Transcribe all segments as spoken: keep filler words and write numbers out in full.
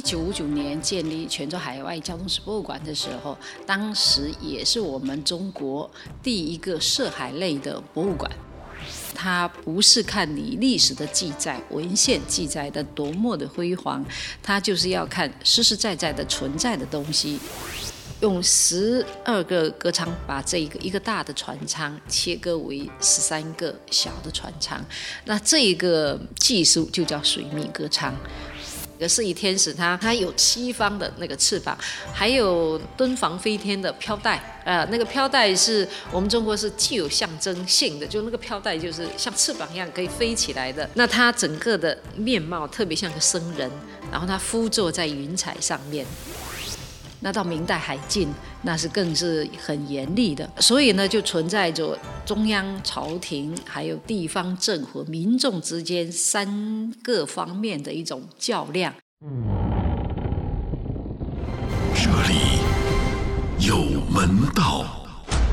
一九五九年建立泉州海外交通史博物馆的时候，当时也是我们中国第一个涉海类的博物馆。它不是看你历史的记载、文献记载的多么的辉煌，它就是要看实实在在的存在的东西。用十二个歌舱把这一个一个大的船舱切割为十三个小的船舱，那这一个技术就叫水密歌舱。是以天使它它有西方的那个翅膀，还有敦煌飞天的飘带，呃，那个飘带是我们中国是具有象征性的，就那个飘带就是像翅膀一样可以飞起来的。那它整个的面貌特别像个僧人，然后它敷坐在云彩上面。那到明代海禁，那是更是很严厉的，所以呢，就存在着中央朝廷还有地方政府、民众之间三个方面的一种较量。 这里有门道。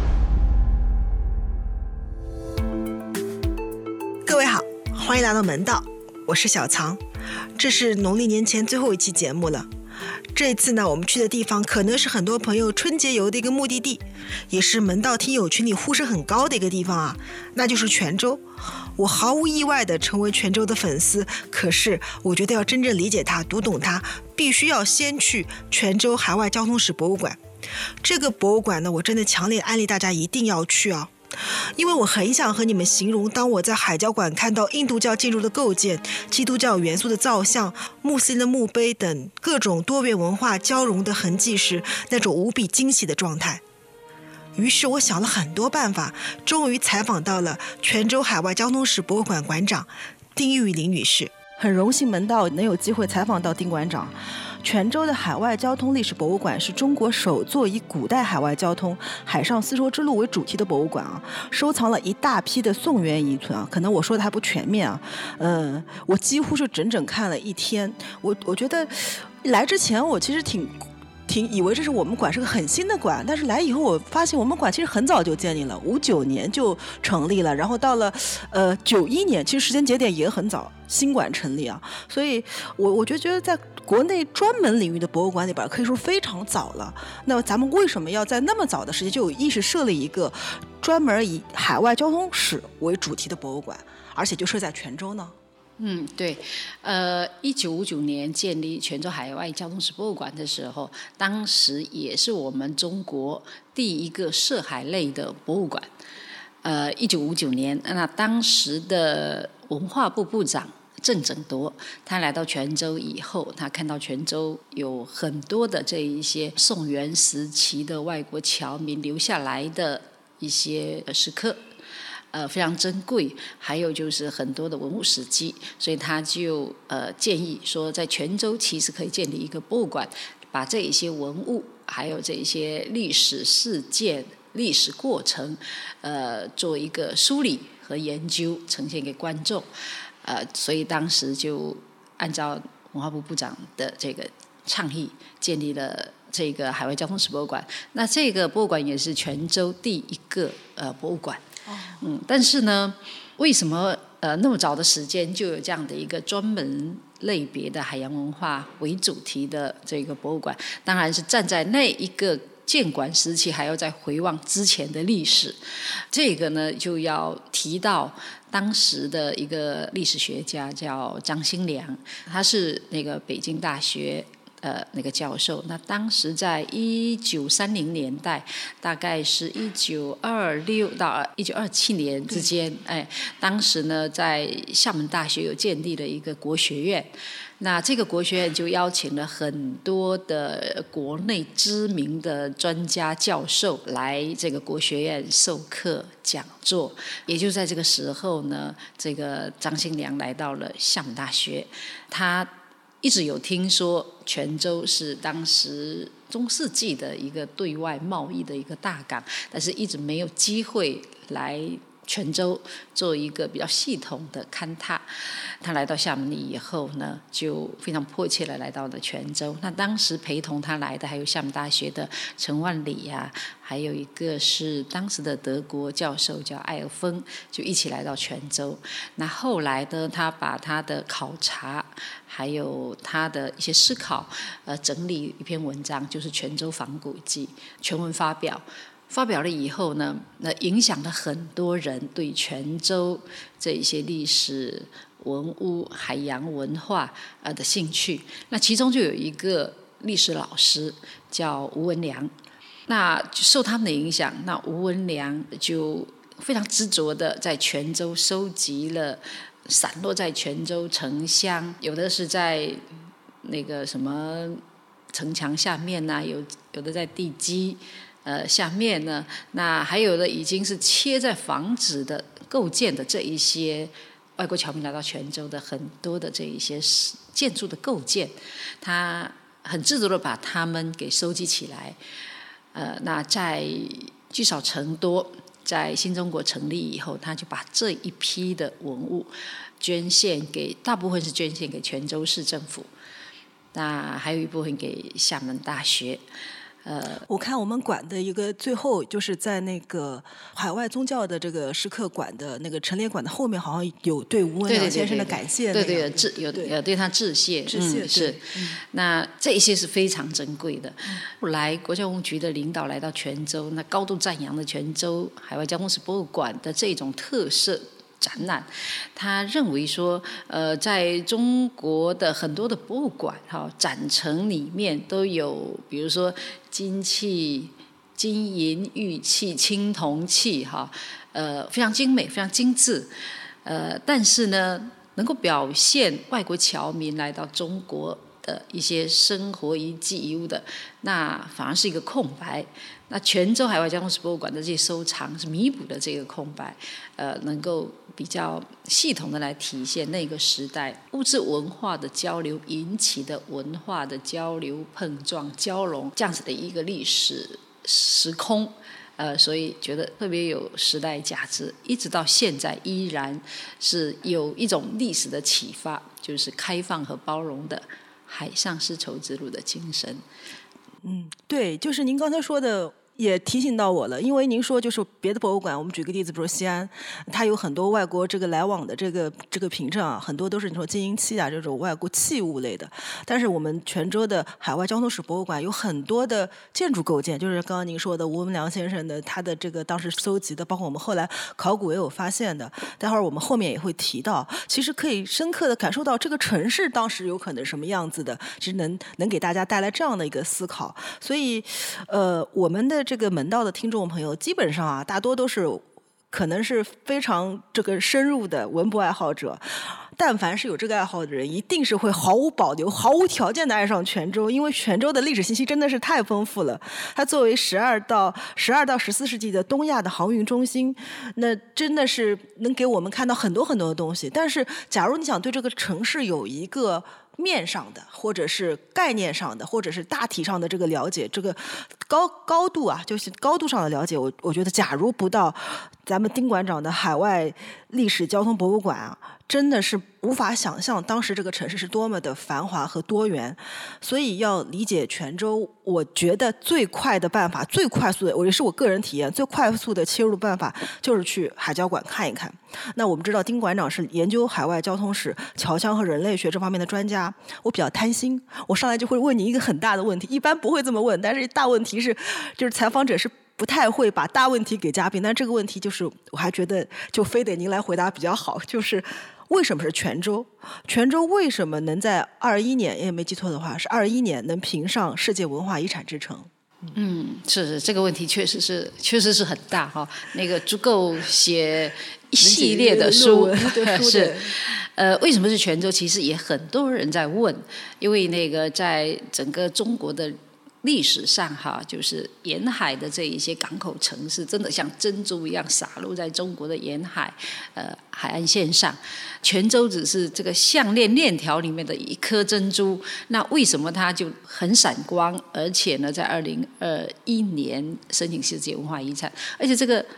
各位好，欢迎来到门道，我是小藏。这是农历年前最后一期节目了。这次呢，我们去的地方可能是很多朋友春节游的一个目的地，也是门道听友群里呼声很高的一个地方啊，那就是泉州。我毫无意外地成为泉州的粉丝，可是我觉得要真正理解它、读懂它，必须要先去泉州海外交通史博物馆。这个博物馆呢，我真的强烈安利大家一定要去啊。因为我很想和你们形容，当我在海交馆看到印度教建筑的构建、基督教元素的造像、穆斯林的墓碑等各种多元文化交融的痕迹时，那种无比惊喜的状态。于是我想了很多办法，终于采访到了泉州海外交通史博物馆馆长丁玉玲女士。 很荣幸门道能有机会采访到丁馆长。泉州的海外交通历史博物馆是中国首座以古代海外交通、海上丝绸之路为主题的博物馆啊，收藏了一大批的宋元遗存啊。可能我说的还不全面啊，呃，我几乎是整整看了一天。我我觉得来之前我其实挺。挺以为这是我们馆是个很新的馆，但是来以后我发现我们馆其实很早就建立了，五九年就成立了，然后到了呃九一年，其实时间节点也很早，新馆成立啊，所以我我就觉得在国内专门领域的博物馆里边可以说非常早了。那咱们为什么要在那么早的时间就有意识设立一个专门以海外交通史为主题的博物馆，而且就设在泉州呢？ 嗯，对，呃，一九五九年建立泉州海外交通史博物馆的时候，当时也是我们中国第一个涉海类的博物馆。呃，一九五九年，那当时的文化部部长郑整铎，他来到泉州以后，他看到泉州有很多的这一些宋元时期的外国侨民留下来的一些石刻。呃，非常珍贵，还有就是很多的文物史迹，所以他就呃建议说，在泉州其实可以建立一个博物馆，把这一些文物，还有这一些历史事件、历史过程，呃，做一个梳理和研究，呈现给观众。呃，所以当时就按照文化部部长的这个倡议，建立了这个海外交通史博物馆。那这个博物馆也是泉州第一个呃博物馆。嗯，但是呢，为什么呃那么早的时间就有这样的一个专门类别的海洋文化为主题的这个博物馆？当然是站在那一个建馆时期，还要再回望之前的历史。这个呢，就要提到当时的一个历史学家叫张新良，他是那个北京大学。呃，那个教授，那当时在一九三零年代，大概是一九二六到一九二七年之间，哎，当时呢，在厦门大学有建立了一个国学院，那这个国学院就邀请了很多的国内知名的专家教授来这个国学院授课讲座，也就在这个时候呢，这个张新良来到了厦门大学，他一直有听说泉州是当时中世纪的一个对外贸易的一个大港，但是一直没有机会来泉州做一个比较系统的勘探。他来到厦门以后呢，就非常迫切的来到了泉州。那当时陪同他来的还有厦门大学的陈万里呀、啊，还有一个是当时的德国教授叫艾尔峰，就一起来到泉州。那后来呢，他把他的考察还有他的一些思考，呃，整理一篇文章，就是《泉州仿古记》，全文发表。发表了以后呢，那影响了很多人对泉州这一些历史文物、海洋文化呃的兴趣。那其中就有一个历史老师叫吴文良，那受他们的影响，那吴文良就非常执着的在泉州收集了散落在泉州城乡，有的是在那个什么城墙下面呐、啊，有有的在地基。呃，下面呢，那还有的已经是切在房子的构建的这一些外国侨民来到泉州的很多的这一些建筑的构建，他很执着的把他们给收集起来。呃，那在聚少成多，在新中国成立以后，他就把这一批的文物捐献给，大部分是捐献给泉州市政府，那还有一部分给厦门大学。呃， 我看我们馆的一个最后就是在那个海外宗教的这个石刻馆的那个陈列馆的后面，好像有对吴文良先生的感谢， 对对对，致有有对他致谢， 致谢、 嗯、是、嗯。那这一些是非常珍贵的。后来国教文物局的领导来到泉州，那高度赞扬了泉州海外交通史博物馆的这种特色展览。他认为说，呃，在中国的很多的博物馆哈展陈里面都有，比如说金器、金银玉器、青铜器哈，呃，非常精美、非常精致，呃，但是呢，能够表现外国侨民来到中国的一些生活遗迹遗物的，那反而是一个空白。那泉州海外交通史博物馆的这些收藏是弥补了这个空白，呃，能够比较系统的来体现那个时代物质文化的交流引起的文化的交流碰撞交融这样子的一个历史时空，呃，所以觉得特别有时代价值，一直到现在依然是有一种历史的启发，就是开放和包容的海上丝绸之路的精神。 嗯，对，就是您刚才说的也提醒到我了，因为您说就是别的博物馆，我们举个例子，比如西安，它有很多外国这个来往的这个这个凭证啊，很多都是你说金银器啊这种外国器物类的。但是我们泉州的海外交通史博物馆有很多的建筑构建，就是刚刚您说的吴文良先生的他的这个当时搜集的，包括我们后来考古也有发现的，待会儿我们后面也会提到，其实可以深刻的感受到这个城市当时有可能什么样子的，其实能能给大家带来这样的一个思考。所以呃，我们的这个门道的听众朋友基本上啊，大多都是可能是非常这个深入的文博爱好者，但凡是有这个爱好的人，一定是会毫无保留、毫无条件的爱上泉州，因为泉州的历史信息真的是太丰富了。它作为十二到十二到十四世纪的东亚的航运中心，那真的是能给我们看到很多很多的东西。但是，假如你想对这个城市有一个面上的，或者是概念上的，或者是大体上的这个了解，这个高高度啊，就是高度上的了解，我我觉得，假如不到咱们丁馆长的海外历史交通博物馆啊，真的是无法想象当时这个城市是多么的繁华和多元。所以要理解泉州，我觉得最快的办法，最快速的，我也是我个人体验，最快速的切入办法就是去海交馆看一看。那我们知道丁馆长是研究海外交通史、侨乡和人类学这方面的专家，我比较贪心，我上来就会问你一个很大的问题，一般不会这么问，但是大问题是，就是采访者是不太会把大问题给嘉宾，但这个问题就是我还觉得就非得您来回答比较好，就是为什么是泉州？泉州为什么能在二一年，也没记错的话是二一年能评上世界文化遗产之城？ 嗯，是是，这个问题确实是确实是很大哈，那个足够写一系列的书，是，呃，为什么是泉州？其实也很多人在问，因为那个在整个中国的历史上哈，就是沿海的这一些港口城市，真的像珍珠一样洒落在中国的沿海呃海岸线上。泉州只是这个项链链条里面的一颗珍珠，那为什么它就很闪光？而且呢，在二零二一年申请世界文化遗产，而且这个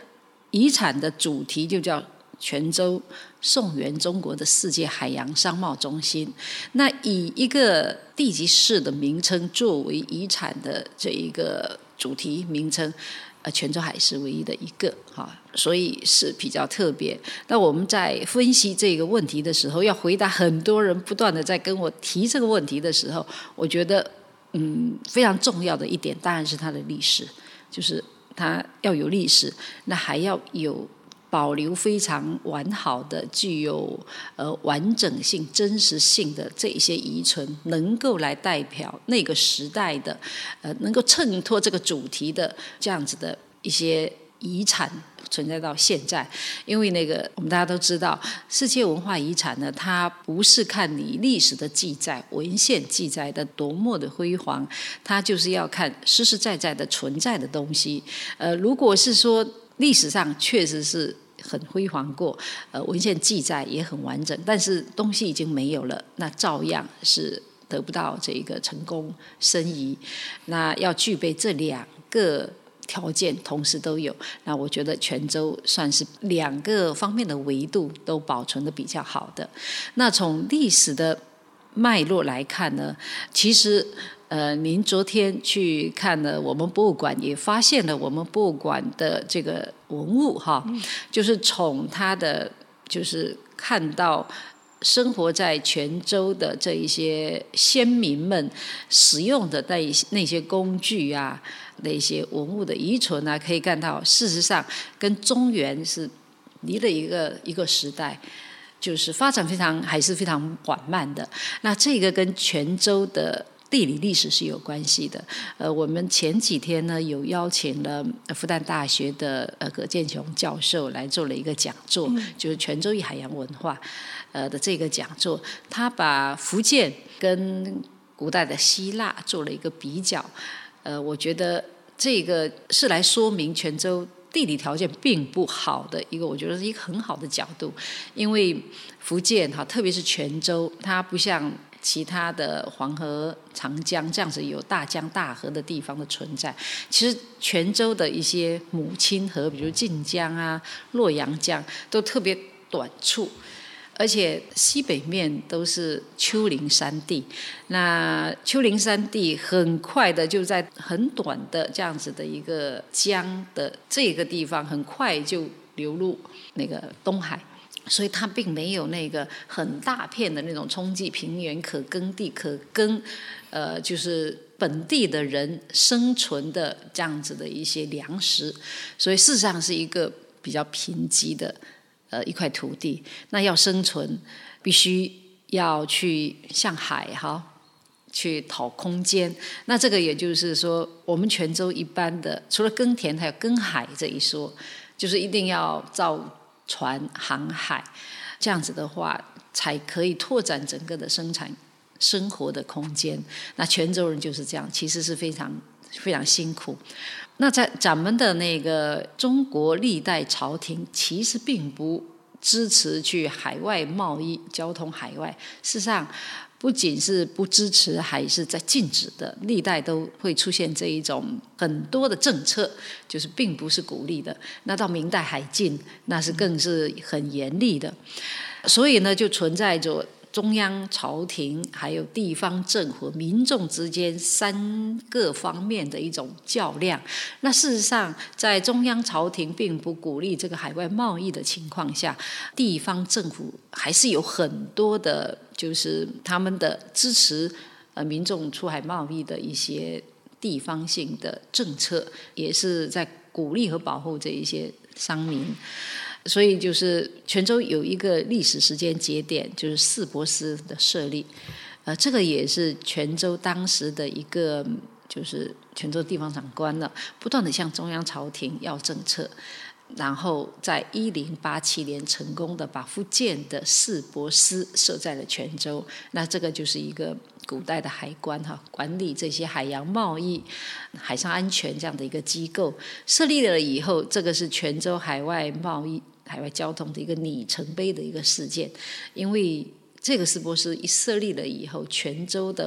遗产的主题就叫泉州宋元中国的世界海洋商贸中心。那以一个地级市的名称作为遗产的这一个主题名称，呃，泉州还是唯一的一个哈，所以是比较特别。那我们在分析这个问题的时候，要回答很多人不断的在跟我提这个问题的时候，我觉得嗯非常重要的一点，当然是它的历史，就是它要有历史，那还要有保留非常完好的、具有呃完整性、真实性的这一些遗存，能够来代表那个时代的，呃，能够衬托这个主题的这样子的一些遗产存在到现在。因为那个我们大家都知道，世界文化遗产呢，它不是看你历史的记载、文献记载的多么的辉煌，它就是要看实实在在的存在的东西。呃，如果是说历史上确实是很辉煌过，呃，文献记载也很完整，但是东西已经没有了，那照样是得不到这个成功申遗。那要具备这两个条件同时都有，那我觉得泉州算是两个方面的维度都保存的比较好的。那从历史的脉络来看呢，其实呃，您昨天去看了我们博物馆，也发现了我们博物馆的这个文物哈，嗯、就是从它的就是看到生活在泉州的这一些先民们使用的那一些那些工具啊，那些文物的遗存啊，可以看到事实上跟中原是离了一个一个时代。就是发展非常还是非常缓慢的，那这个跟泉州的地理历史是有关系的。呃，我们前几天呢有邀请了复旦大学的呃葛建雄教授来做了一个讲座，嗯、就是泉州与海洋文化呃的这个讲座，他把福建跟古代的希腊做了一个比较。呃，我觉得这个是来说明泉州地理条件并不好的一个，我觉得是一个很好的角度。因为福建哈，特别是泉州，它不像其他的黄河、长江这样子有大江大河的地方的存在。其实泉州的一些母亲河，比如晋江啊、洛阳江，都特别短促。而且西北面都是丘陵山地，那丘陵山地很快的就在很短的这样子的一个江的这个地方，很快就流入那个东海，所以它并没有那个很大片的那种冲积平原可耕地可耕，呃，就是本地的人生存的这样子的一些粮食，所以事实上是一个比较贫瘠的。呃，一块土地，那要生存，必须要去向海哈，去讨空间。那这个也就是说，我们泉州一般的，除了耕田，还有耕海这一说，就是一定要造船航海，这样子的话，才可以拓展整个的生产生活的空间。那泉州人就是这样，其实是非常非常辛苦。那在咱们的那个中国历代朝廷其实并不支持去海外贸易交通海外，事实上不仅是不支持，还是在禁止的，历代都会出现这一种很多的政策，就是并不是鼓励的。那到明代海禁，那是更是很严厉的，所以呢就存在着中央朝廷还有地方政府民众之间三个方面的一种较量。那事实上在中央朝廷并不鼓励这个海外贸易的情况下，地方政府还是有很多的就是他们的支持呃民众出海贸易的一些地方性的政策，也是在鼓励和保护这一些商民。所以就是泉州有一个历史时间节点，就是四博司的设立，呃，这个也是泉州当时的一个就是泉州地方长官呢，不断的向中央朝廷要政策，然后在一零八七年成功的把福建的四博司设在了泉州。那这个就是一个古代的海关哈，管理这些海洋贸易、海上安全这样的一个机构设立了以后，这个是泉州海外贸易、海外交通的一个里程碑的一个事件。因为这个四博司一设立了以后，泉州的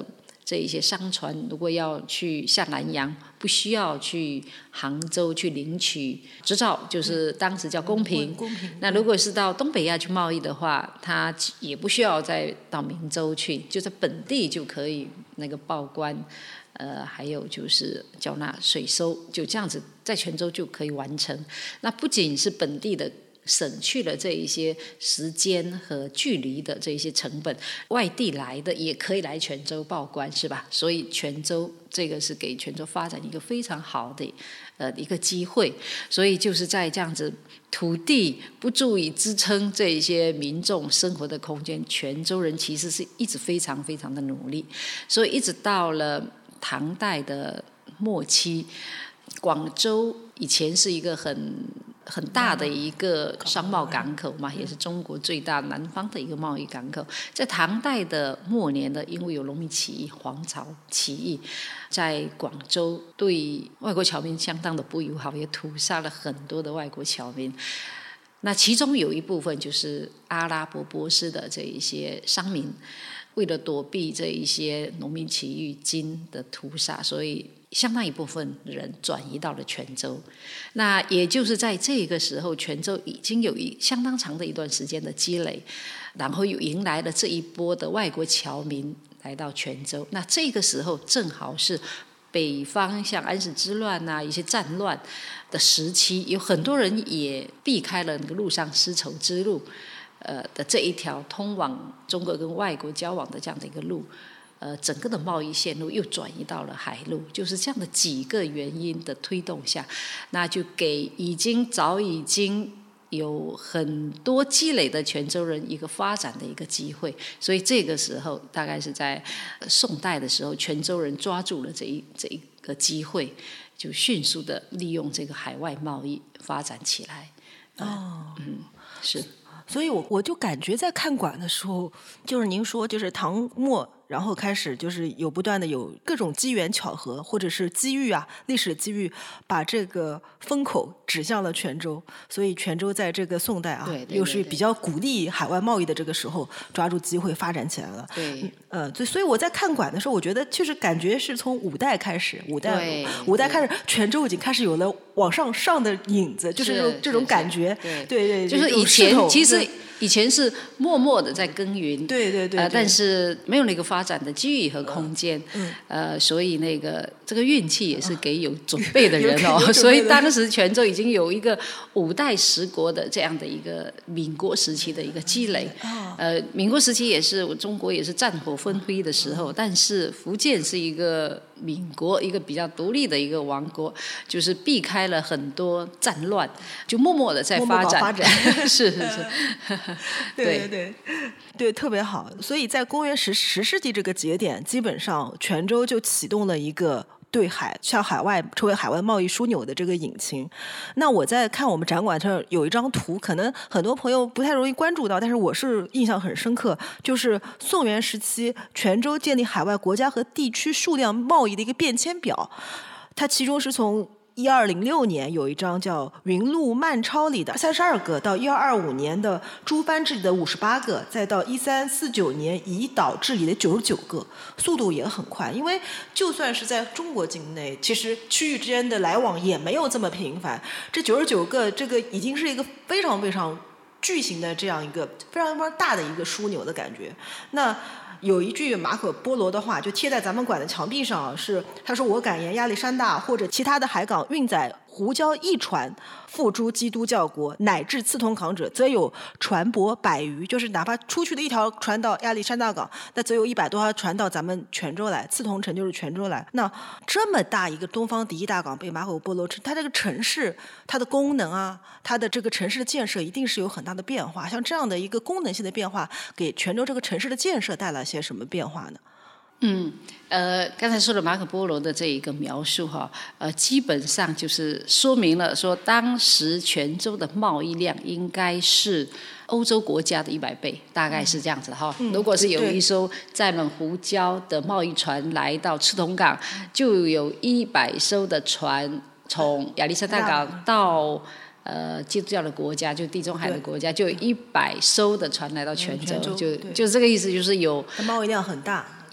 这一些商船如果要去下南洋，不需要去杭州去领取执照，就是当时叫公平。 嗯、公平。 那如果是到东北亚去贸易的话，它也不需要再到明州去，就在本地就可以那个报关，呃，还有就是缴纳税收，就这样子在泉州就可以完成。那不仅是本地的，省去了这一些时间和距离的这一些成本，外地来的也可以来泉州报关，是吧？所以泉州这个是给泉州发展一个非常好的呃一个机会。所以就是在这样子土地不足以支撑这一些民众生活的空间，泉州人其实是一直非常非常的努力。所以一直到了唐代的末期，广州以前是一个很很大的一个商贸港口嘛，也是中国最大南方的一个贸易港口。在唐代的末年的，因为有农民起义、黄巢起义，在广州对外国侨民相当的不友好，也屠杀了很多的外国侨民。那其中有一部分就是阿拉伯波斯的这一些商民，为了躲避这一些农民起义军的屠杀，所以相当一部分人转移到了泉州。那也就是在这个时候，泉州已经有一相当长的一段时间的积累，然后又迎来了这一波的外国侨民来到泉州。那这个时候正好是北方像安史之乱啊，一些战乱的时期，有很多人也避开了那个陆上丝绸之路呃的这一条通往中国跟外国交往的这样的一个路，呃，整个的贸易线路又转移到了海路，就是这样的几个原因的推动下，那就给已经早已经有很多积累的泉州人一个发展的一个机会。所以这个时候大概是在宋代的时候，泉州人抓住了这一这一个机会，就迅速的利用这个海外贸易发展起来。 哦， 嗯，是。 所以我我就感觉在看馆的时候，就是您说就是唐末然后开始就是有不断的有各种机缘巧合或者是机遇啊，历史机遇把这个风口指向了泉州，所以泉州在这个宋代啊， 对对对对， 又是比较鼓励海外贸易的这个时候，抓住机会发展起来了。 对， 呃，所以我在看馆的时候，我觉得就是感觉是从五代开始，五代五代开始，泉州已经开始有了往上上的影子，就是这种这种感觉。 对对对， 就是以前其实以前是默默的在耕耘， 对对 对, 对、 呃，但是没有那个发展的机遇和空间，嗯，呃，所以那个这个运气也是给有准备的人哦。所以当时泉州已经有一个五代十国的这样的一个民国时期的一个积累。哦、呃，民国时期也是中国也是战火纷飞的时候，但是福建是一个民国，一个比较独立的一个王国，就是避开了很多战乱，就默默的在发展。 默默发展是是是。 对对对对，特别好。所以在公元十十世纪这个节点，基本上泉州就启动了一个对海向海外成为海外贸易枢纽的这个引擎。那我在看我们展馆上有一张图，可能很多朋友不太容易关注到，但是我是印象很深刻，就是宋元时期泉州建立海外国家和地区数量贸易的一个变迁表。它其中是从一二零六年有一张叫《云路漫抄》里的三十二个，到一二二五年的诸藩治理的五十八个，再到一三四九年乙岛治理的九十九个，速度也很快。因为就算是在中国境内，其实区域之间的来往也没有这么频繁。这九十九个，这个已经是一个非常非常巨型的这样一个非常非常大的一个枢纽的感觉。那有一句马可波罗的话就贴在咱们馆的墙壁上，是他说：“我敢言亚历山大或者其他的海港运载胡椒一船付诸基督教国，乃至刺桐港者，则有船舶百余。”就是哪怕出去的一条船到亚历山大港，那则有一百多条船到咱们泉州来，刺桐城就是泉州来。那这么大一个东方第一大港被马可波罗称，它这个城市它的功能啊，它的这个城市的建设一定是有很大的变化。像这样的一个功能性的变化，给泉州这个城市的建设带来些什么变化呢？ 嗯，呃，刚才说的马可波罗的这一个描述哈，呃，基本上就是说明了说，当时泉州的贸易量应该是欧洲国家的一百倍，大概是这样子哈。嗯、如果是有一艘载满胡椒的贸易船来到赤桐港，就有一百艘的船从亚历山大港到呃，基督教的国家，就地中海的国家，就有一百艘的船来到泉州，就就这个意思，就是有贸易量很大。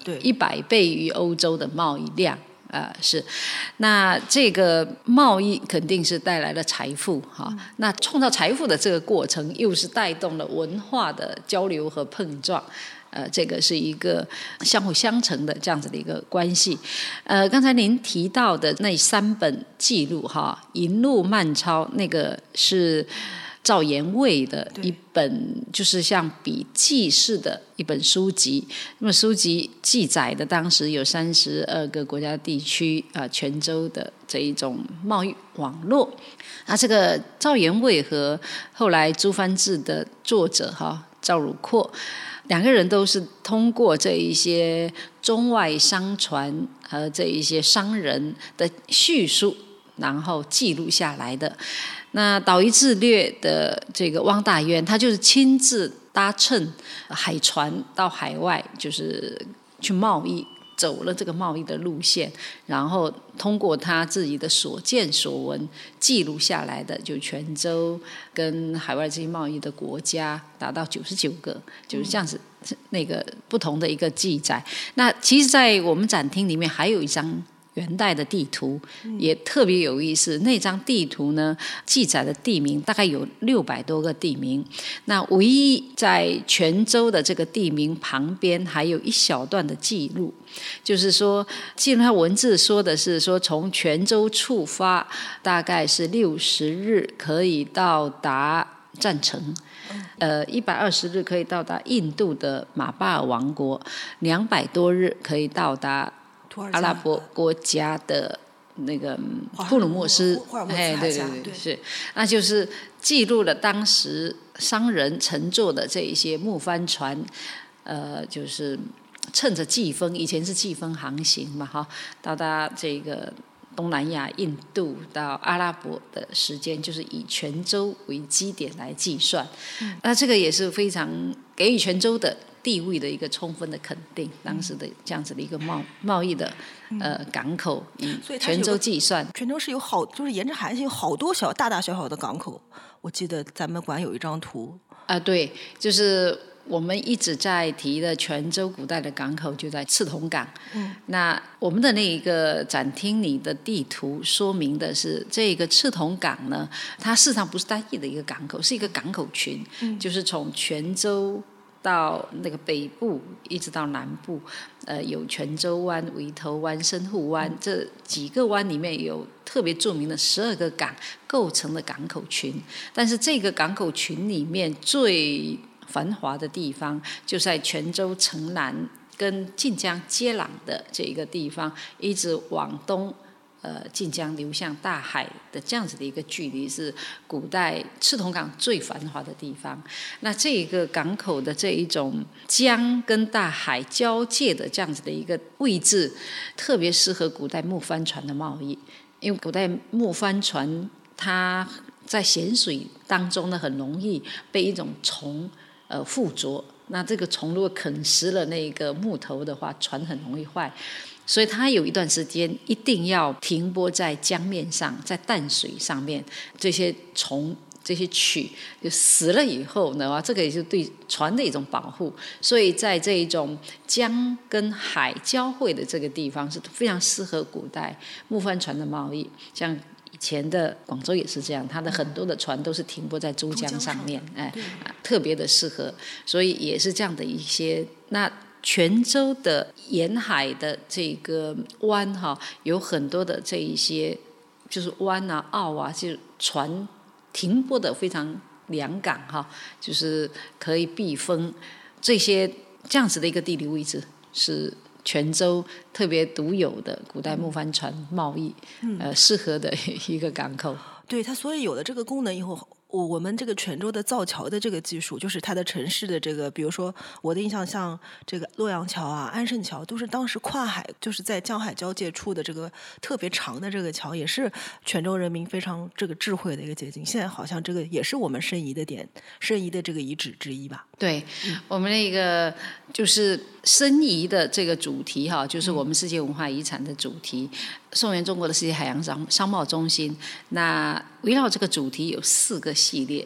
对， 一百倍于欧洲的贸易量。呃，是，那这个贸易肯定是带来了财富哈、嗯。那创造财富的这个过程，又是带动了文化的交流和碰撞。呃，这个是一个相互相成的这样子的一个关系。呃，刚才您提到的那三本记录哈，《银路漫抄》那个是赵延卫的一本，就是像笔记式的一本书籍。那么书籍记载的当时有三十二个国家地区啊、呃，泉州的这一种贸易网络。那这个赵延卫和后来朱藩志的作者哈赵汝阔，两个人都是通过这一些中外商船和这一些商人的叙述，然后记录下来的。那岛屿志略的这个汪大渊，他就是亲自搭乘海船到海外，就是去贸易，走了这个贸易的路线，然后通过他自己的所见所闻记录下来的，就泉州跟海外这些贸易的国家达到九十九个，就是这样子那个不同的一个记载。那其实在我们展厅里面还有一张元代的地图，也特别有意思。那张地图呢，记载的地名大概有六百多个地名。那唯一在泉州的这个地名旁边，还有一小段的记录，就是说，记录它文字说的是说，从泉州出发，大概是六十日可以到达占城。呃，一百二十日可以到达印度的马巴尔王国，两百多日可以到达阿拉伯国家的那个布鲁莫斯，哎，对对对，是，那就是记录了当时商人乘坐的这一些木帆船，呃，就是趁着季风，以前是季风航行嘛，哈，到达这个东南亚、印度到阿拉伯的时间，就是以泉州为基点来计算。嗯、那这个也是非常给予泉州的地位的一个充分的肯定，当时的这样子的一个贸贸易的呃港口，以泉州计算。 泉州是有好，就是沿着海岸有好多小大大小小的港口。我记得咱们馆有一张图啊、呃，对，就是我们一直在提的泉州古代的港口就在赤桐港。嗯，那我们的那一个展厅里的地图说明的是，这个赤桐港呢，它事实上不是单一的一个港口，是一个港口群，嗯、就是从泉州到那个北部一直到南部，呃，有泉州湾、围头湾、深沪湾、嗯、这几个湾里面有特别著名的十二个港构成的港口群。但是这个港口群里面最繁华的地方就在泉州城南跟晋江接壤的这一个地方，一直往东呃，晋江流向大海的这样子的一个距离，是古代赤桐港最繁华的地方。那这一个港口的这一种江跟大海交界的这样子的一个位置，特别适合古代木帆船的贸易。因为古代木帆船它在咸水当中呢，很容易被一种虫呃附着。那这个虫如果啃食了那个木头的话，船很容易坏。所以它有一段时间一定要停泊在江面上，在淡水上面，这些虫这些蛆就死了以后呢，这个也是对船的一种保护。所以在这一种江跟海交汇的这个地方是非常适合古代木帆船的贸易。像以前的广州也是这样，它的很多的船都是停泊在珠江上面，哎，特别的适合。所以也是这样的一些那。泉州的沿海的这个湾哈，有很多的这一些就是湾啊、澳啊，就船停泊的非常良港哈，就是可以避风。这些这样子的一个地理位置是泉州特别独有的古代木帆船贸易、嗯、呃适合的一个港口。 对，它所以有了这个功能以后。我我们这个泉州的造桥的这个技术，就是它的城市的这个，比如说我的印象，像这个洛阳桥啊、安顺桥，都是当时跨海，就是在江海交界处的这个特别长的这个桥，也是泉州人民非常这个智慧的一个结晶。现在好像这个也是我们申遗的点，申遗的这个遗址之一吧？ 对，嗯、我们那个就是申遗的这个主题哈，就是我们世界文化遗产的主题。嗯宋元中国的世界海洋商商贸中心，那围绕这个主题有四个系列，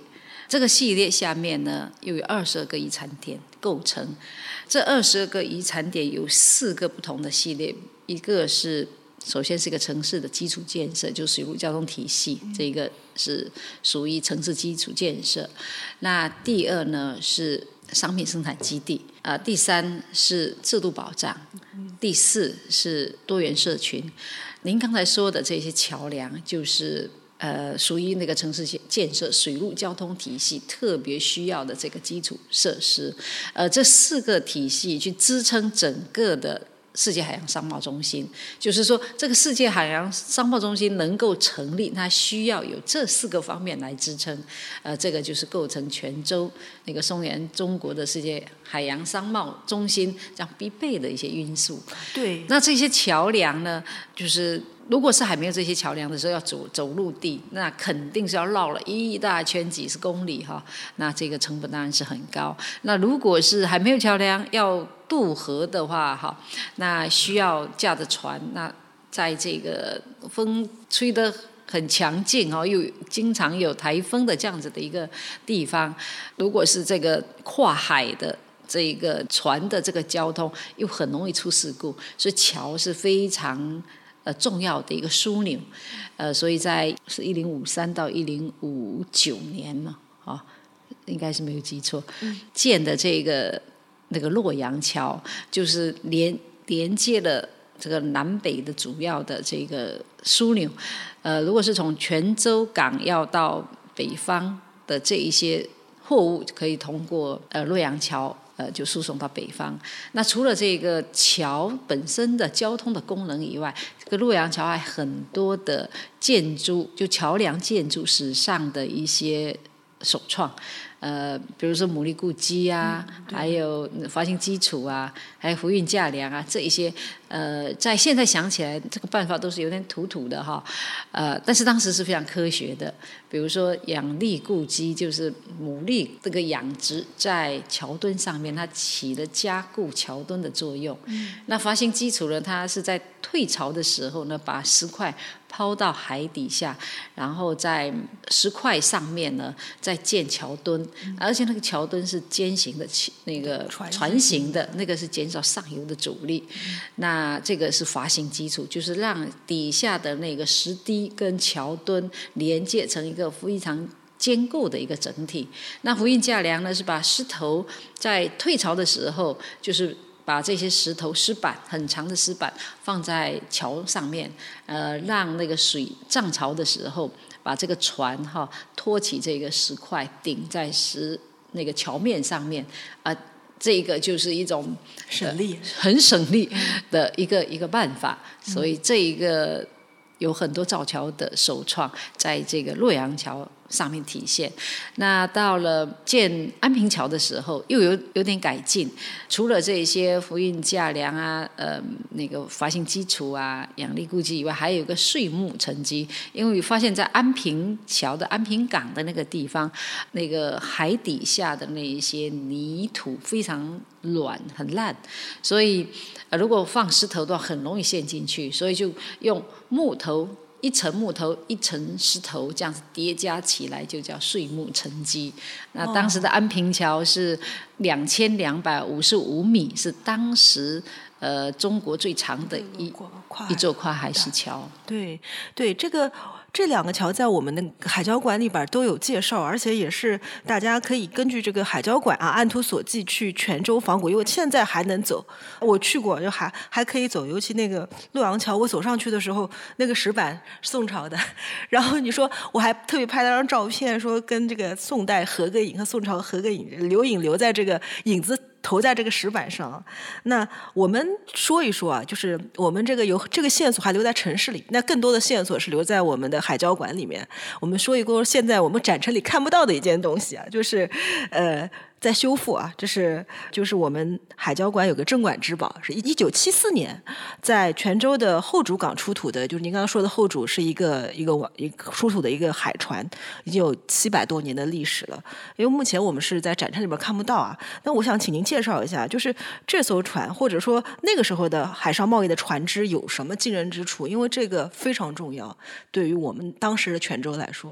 这个系列下面呢，又有二十二个遗产点构成。这二十二个遗产点有四个不同的系列，一个是首先是一个城市的基础建设，就水路交通体系，这个是属于城市基础建设。那第二呢是商品生产基地，呃，第三是制度保障，第四是多元社群。您刚才说的这些桥梁，就是呃属于那个城市建设水路交通体系特别需要的这个基础设施，呃，这四个体系去支撑整个的世界海洋商贸中心，就是说这个世界海洋商贸中心能够成立，它需要有这四个方面来支撑，呃，这个就是构成泉州那个松原中国的世界海洋商贸中心这样必备的一些因素。 对， 那这些桥梁呢，就是如果是还没有这些桥梁的时候，要走走陆地，那肯定是要绕了一大圈几十公里哈，那这个成本当然是很高。那如果是还没有桥梁，要渡河的话哈，那需要驾着船，那在这个风吹得很强劲哦，又经常有台风的这样子的一个地方，如果是这个跨海的这个船的这个交通，又很容易出事故，所以桥是非常呃重要的一个枢纽，呃，所以在是一零五三到一零五九年嘛，啊，应该是没有记错，嗯、建的这个那个洛阳桥，就是连连接了这个南北的主要的这个枢纽。呃，如果是从泉州港要到北方的这一些货物，可以通过呃洛阳桥。呃，就输送到北方。那除了这个桥本身的交通的功能以外，这个洛阳桥还很多的建筑，就桥梁建筑史上的一些首创。呃，比如说牡蛎故基啊，嗯、还有华兴基础啊，还有福运架梁啊，这一些，呃，在现在想起来，这个办法都是有点土土的哈，呃，但是当时是非常科学的。比如说养力固基，就是牡蛎这个养殖在桥墩上面，它起了加固桥墩的作用。嗯、那华兴基础呢，它是在退潮的时候呢，把石块抛到海底下，然后在石块上面呢再建桥墩。嗯、而且那个桥墩是尖形的，那个船形的，那个是减少上游的阻力。嗯、那这个是华兴基础，就是让底下的那个石堤跟桥墩连接成一个非常坚固的一个整体。那福运架梁呢，是把石头在退潮的时候，就是把这些石头石板很长的石板放在桥上面，呃，让那个水涨潮的时候，把这个船哈托起这个石块顶在石那个桥面上面，啊、呃，这个就是一种省力、 呃、很省力的一个、嗯、一个办法。所以这一个有很多造桥的首创，在这个洛阳桥上面体现。那到了建安平桥的时候，又有有点改进，除了这些福运架梁啊，呃，那个华兴基础啊，养力固基以外，还有一个碎木沉积。因为发现在安平桥的安平港的那个地方，那个海底下的那一些泥土非常软很烂，所以、呃、如果放石头的话，很容易陷进去，所以就用木头。一层木头一层石头这样子叠加起来，就叫碎木沉积。那当时的安平桥是两千两百五十五米，是当时呃中国最长的一一座跨海石桥。 对对，这个。这两个桥在我们的海交馆里边都有介绍，而且也是大家可以根据这个海交馆啊按图索骥去泉州访古，因为现在还能走，我去过就还还可以走，尤其那个洛阳桥，我走上去的时候，那个石板宋朝的，然后你说我还特别拍了张照片，说跟这个宋代合个影和宋朝合个影，留影留在这个影子。投在这个石板上。那我们说一说啊，就是我们这个有这个线索还留在城市里，那更多的线索是留在我们的海交馆里面。我们说一说现在我们展陈里看不到的一件东西啊，就是呃在修复啊，这是就是我们海交馆有个镇馆之宝，是一九七四年在泉州的后主港出土的，就是您刚刚说的后主是一个一个一个出土的一个海船，已经有七百多年的历史了。因为目前我们是在展陈里边看不到啊，那我想请您介绍一下，就是这艘船或者说那个时候的海上贸易的船只有什么惊人之处？因为这个非常重要，对于我们当时的泉州来说。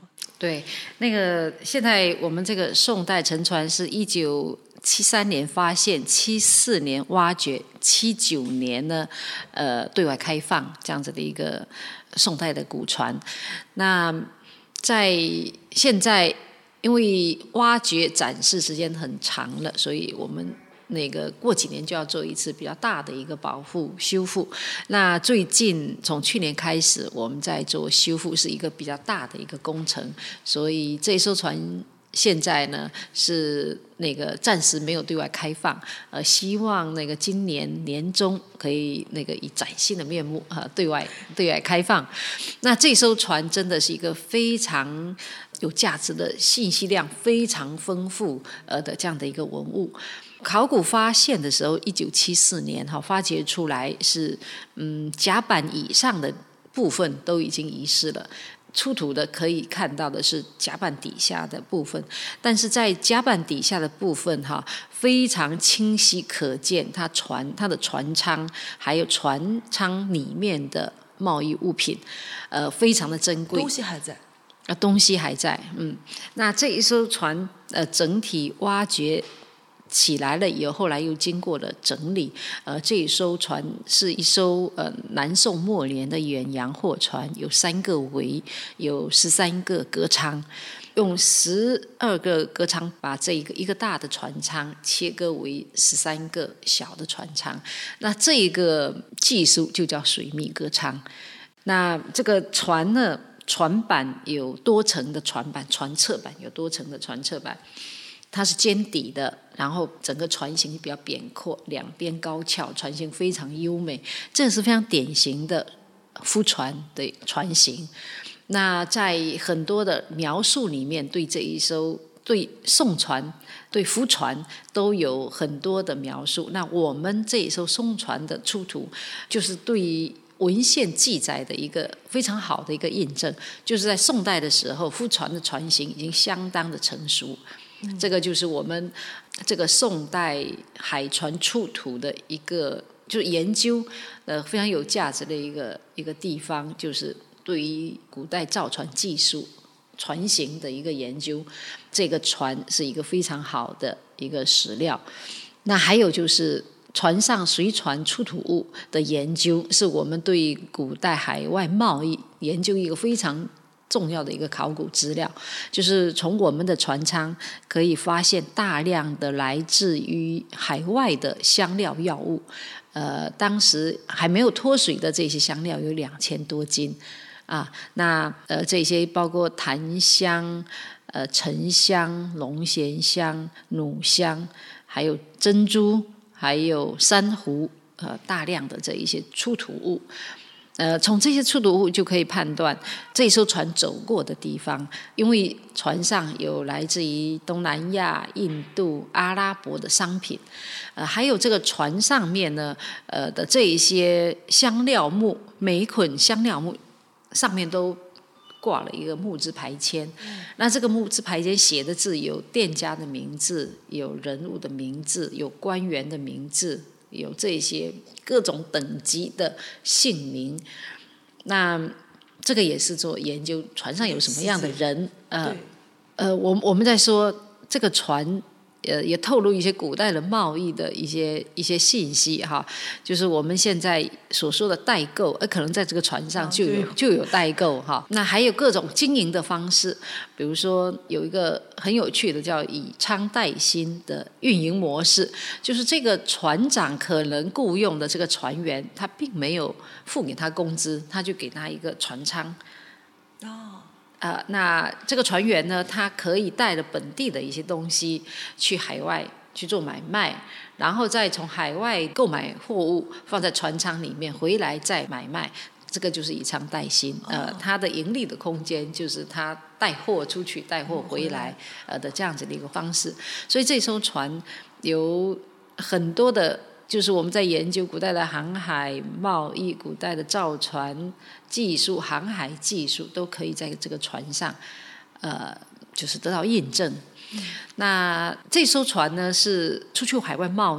对，那个现在我们这个宋代沉船是一九七三年发现，七四年挖掘，七九年呢，呃，对外开放这样子的一个宋代的古船。那在现在，因为挖掘展示时间很长了，所以我们那个过几年就要做一次比较大的一个保护修复。那最近从去年开始，我们在做修复，是一个比较大的一个工程，所以这艘船现在呢是那个暂时没有对外开放，呃，希望那个今年年中可以那个以崭新的面目呃对外对外开放。那这艘船真的是一个非常有价值的信息量非常丰富呃的这样的一个文物。考古发现的时候，一九七四年哈发掘出来是嗯甲板以上的部分都已经遗失了。出土的可以看到的是甲板底下的部分，但是在甲板底下的部分哈，非常清晰可见它船它的船舱，还有船舱里面的贸易物品，呃，非常的珍贵。 东西还在， 啊，东西还在，嗯，那这一艘船，呃，整体挖掘起来了以后，后来又经过了整理。呃，这一艘船是一艘呃南宋末年的远洋货船，有三个桅，有十三个隔舱，用十二个隔舱把这一个一个大的船舱切割为十三个小的船舱。那这一个技术就叫水密隔舱。那这个船呢，船板有多层的船板，船侧板有多层的船侧板。它是尖底的，然后整个船型比较扁阔，两边高翘，船型非常优美，这是非常典型的夫船的船型。那在很多的描述里面，对这一艘对宋船、对夫船都有很多的描述。那我们这一艘宋船的出土，就是对于文献记载的一个非常好的一个印证，就是在宋代的时候，夫船的船型已经相当的成熟。这个就是我们这个宋代海船出土的一个，就是研究呃非常有价值的一个一个地方，就是对于古代造船技术、船型的一个研究，这个船是一个非常好的一个史料。那还有就是船上随船出土物的研究，是我们对古代海外贸易研究一个非常重要的一个考古资料，就是从我们的船舱可以发现大量的来自于海外的香料药物，呃，当时还没有脱水的这些香料有两千多斤啊。那呃，这些包括檀香、呃沉香、龙涎香、乳香，还有珍珠，还有珊瑚，呃，大量的这一些出土物。呃，从这些出土物就可以判断这艘船走过的地方，因为船上有来自于东南亚、印度、阿拉伯的商品，呃，还有这个船上面呢，呃的这一些香料木，每一捆香料木上面都挂了一个木质牌签，嗯、那这个木质牌签写的字有店家的名字，有人物的名字，有官员的名字，有这些各种等级的姓名。那这个也是做研究，船上有什么样的人？呃呃，我我们在说这个船。呃，也透露一些古代的贸易的一些一些信息哈，就是我们现在所说的代购，呃，可能在这个船上就有、哦、就有代购哈。那还有各种经营的方式，比如说有一个很有趣的叫以仓代薪的运营模式，就是这个船长可能雇用的这个船员，他并没有付给他工资，他就给他一个船舱。哦。呃，那这个船员呢，他可以带着本地的一些东西去海外去做买卖，然后再从海外购买货物放在船舱里面，回来再买卖，这个就是以仓代薪。呃，他的盈利的空间就是他带货出去、带货回来呃的这样子的一个方式。所以这艘船有很多的。就是我们在研究古代的航海贸易、古代的造船技术、航海技术，都可以在这个船上，呃，就是得到印证。嗯、那这艘船呢，是出去海外贸易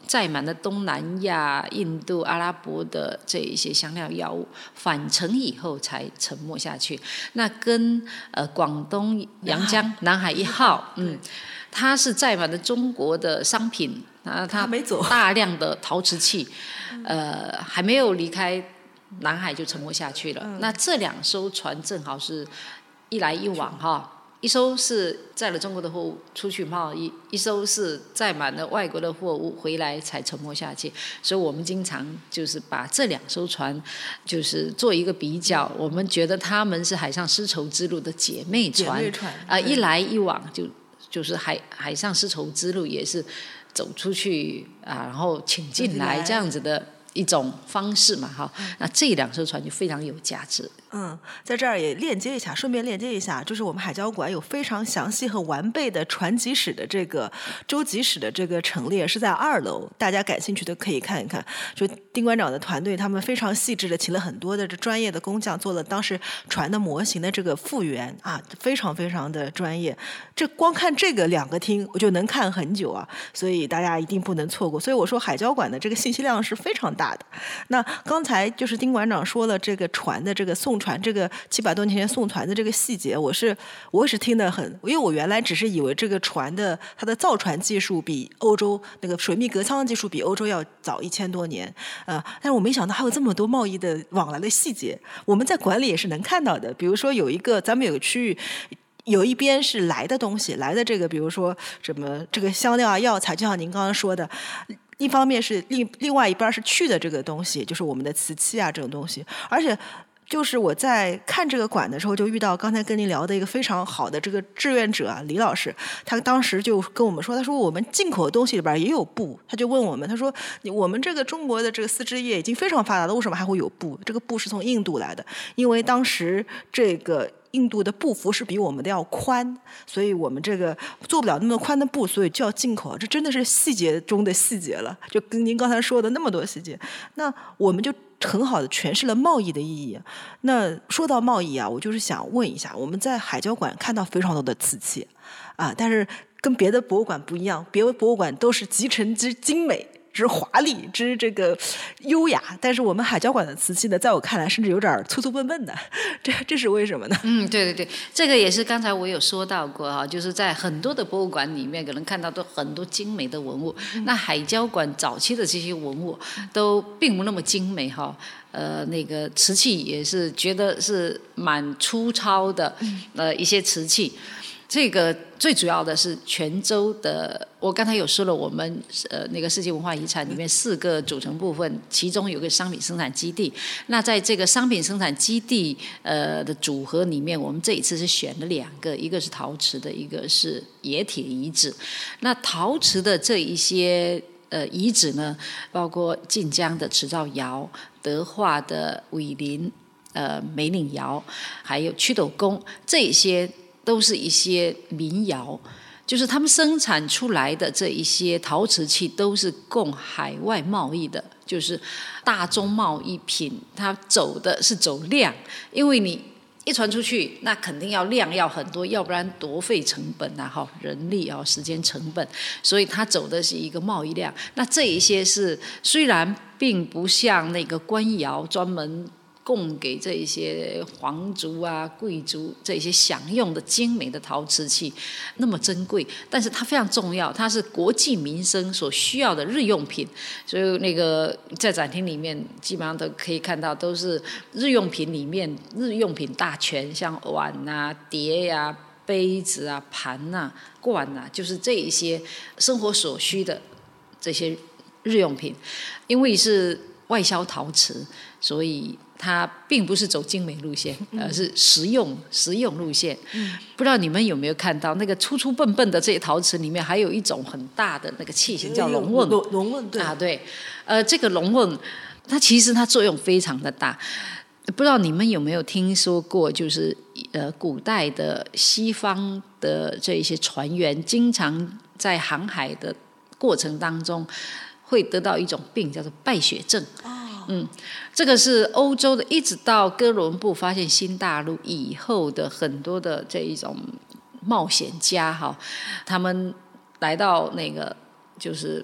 载满了东南亚、印度、阿拉伯的这一些香料药物返程以后才沉没下去。那跟呃广东阳江南海一号，嗯，它是载满了中国的商品，啊，它大量的陶瓷器，呃，还没有离开南海就沉没下去了。嗯、那这两艘船正好是一来一往哈。一艘是载了中国的货物出去贸易，一艘是载满了外国的货物回来才沉没下去，所以我们经常就是把这两艘船就是做一个比较，我们觉得他们是海上丝绸之路的姐妹船， 姐妹船啊、呃，一来一往就就是海海上丝绸之路也是走出去啊，然后请进来这样子的一种方式嘛，哈，那这两艘船就非常有价值。 嗯，在这儿也链接一下，顺便链接一下，就是我们海交馆有非常详细和完备的船籍史的这个舟籍史的这个陈列，是在二楼，大家感兴趣的可以看一看。就丁馆长的团队，他们非常细致的请了很多的这专业的工匠，做了当时船的模型的这个复原啊，非常非常的专业。这光看这个两个厅，我就能看很久啊，所以大家一定不能错过。所以我说海交馆的这个信息量是非常大的。那刚才就是丁馆长说了这个船的这个送船，这个七百多年前送船的这个细节，我是我也是听得很，因为我原来只是以为这个船的它的造船技术比欧洲那个水密隔舱技术比欧洲要早一千多年，呃，但是我没想到还有这么多贸易的往来的细节，我们在馆里也是能看到的。比如说有一个咱们有个区域。有一边是来的东西，来的这个，比如说什么这个香料啊、药材，就像您刚刚说的，一方面是另另外一边是去的这个东西，就是我们的瓷器啊这种东西，而且。就是我在看这个馆的时候，就遇到刚才跟您聊的一个非常好的这个志愿者啊，李老师，他当时就跟我们说，他说我们进口的东西里边也有布，他就问我们，他说我们这个中国的这个丝织业已经非常发达了，为什么还会有布？这个布是从印度来的，因为当时这个印度的布幅是比我们的要宽，所以我们这个做不了那么宽的布，所以就要进口。这真的是细节中的细节了，就跟您刚才说的那么多细节，那我们就很好的诠释了贸易的意义。那说到贸易啊，我就是想问一下，我们在海交馆看到非常多的瓷器啊，但是跟别的博物馆不一样，别的博物馆都是集成之精美之华丽之这个优雅，但是我们海交馆的瓷器呢，在我看来甚至有点粗粗笨笨的，这这是为什么呢？ 嗯，对对对，这个也是刚才我有说到过哈，就是在很多的博物馆里面，可能看到都很多精美的文物，嗯、那海交馆早期的这些文物都并不那么精美哈。呃，那个瓷器也是觉得是蛮粗糙的，呃，一些瓷器。这个最主要的是泉州的，我刚才有说了，我们呃那个世界文化遗产里面四个组成部分，其中有个商品生产基地。那在这个商品生产基地呃的组合里面，我们这一次是选了两个，一个是陶瓷的，一个是冶铁遗址。那陶瓷的这一些呃遗址呢，包括晋江的瓷灶窑、德化的尾林呃梅岭窑，还有曲斗宫，这些都是一些民窑，就是他们生产出来的这一些陶瓷器都是供海外贸易的，就是大宗贸易品，它走的是走量，因为你一传出去，那肯定要量要很多，要不然多费成本啊，哈，人力啊，时间成本，所以它走的是一个贸易量。那这一些是虽然并不像那个官窑专门供给这一些皇族啊、贵族这些享用的精美的陶瓷器那么珍贵，但是它非常重要，它是国计民生所需要的日用品。所以那个在展厅里面基本上都可以看到，都是日用品里面日用品大全，像碗啊、碟啊、杯子啊、盘啊、罐啊，就是这一些生活所需的这些日用品。因为是外销陶瓷，所以它并不是走精美路线，而是实用实用路线。嗯、不知道你们有没有看到那个粗粗笨笨的这些陶瓷里面，还有一种很大的那个器型叫龙瓮。 龙瓮对啊，对，呃，这个龙瓮它其实它作用非常的大。不知道你们有没有听说过，就是呃，古代的西方的这一些船员，经常在航海的过程当中，会得到一种病，叫做败血症。嗯，这个是欧洲的，一直到哥伦布发现新大陆以后的很多的这一种冒险家哈，他们来到那个就是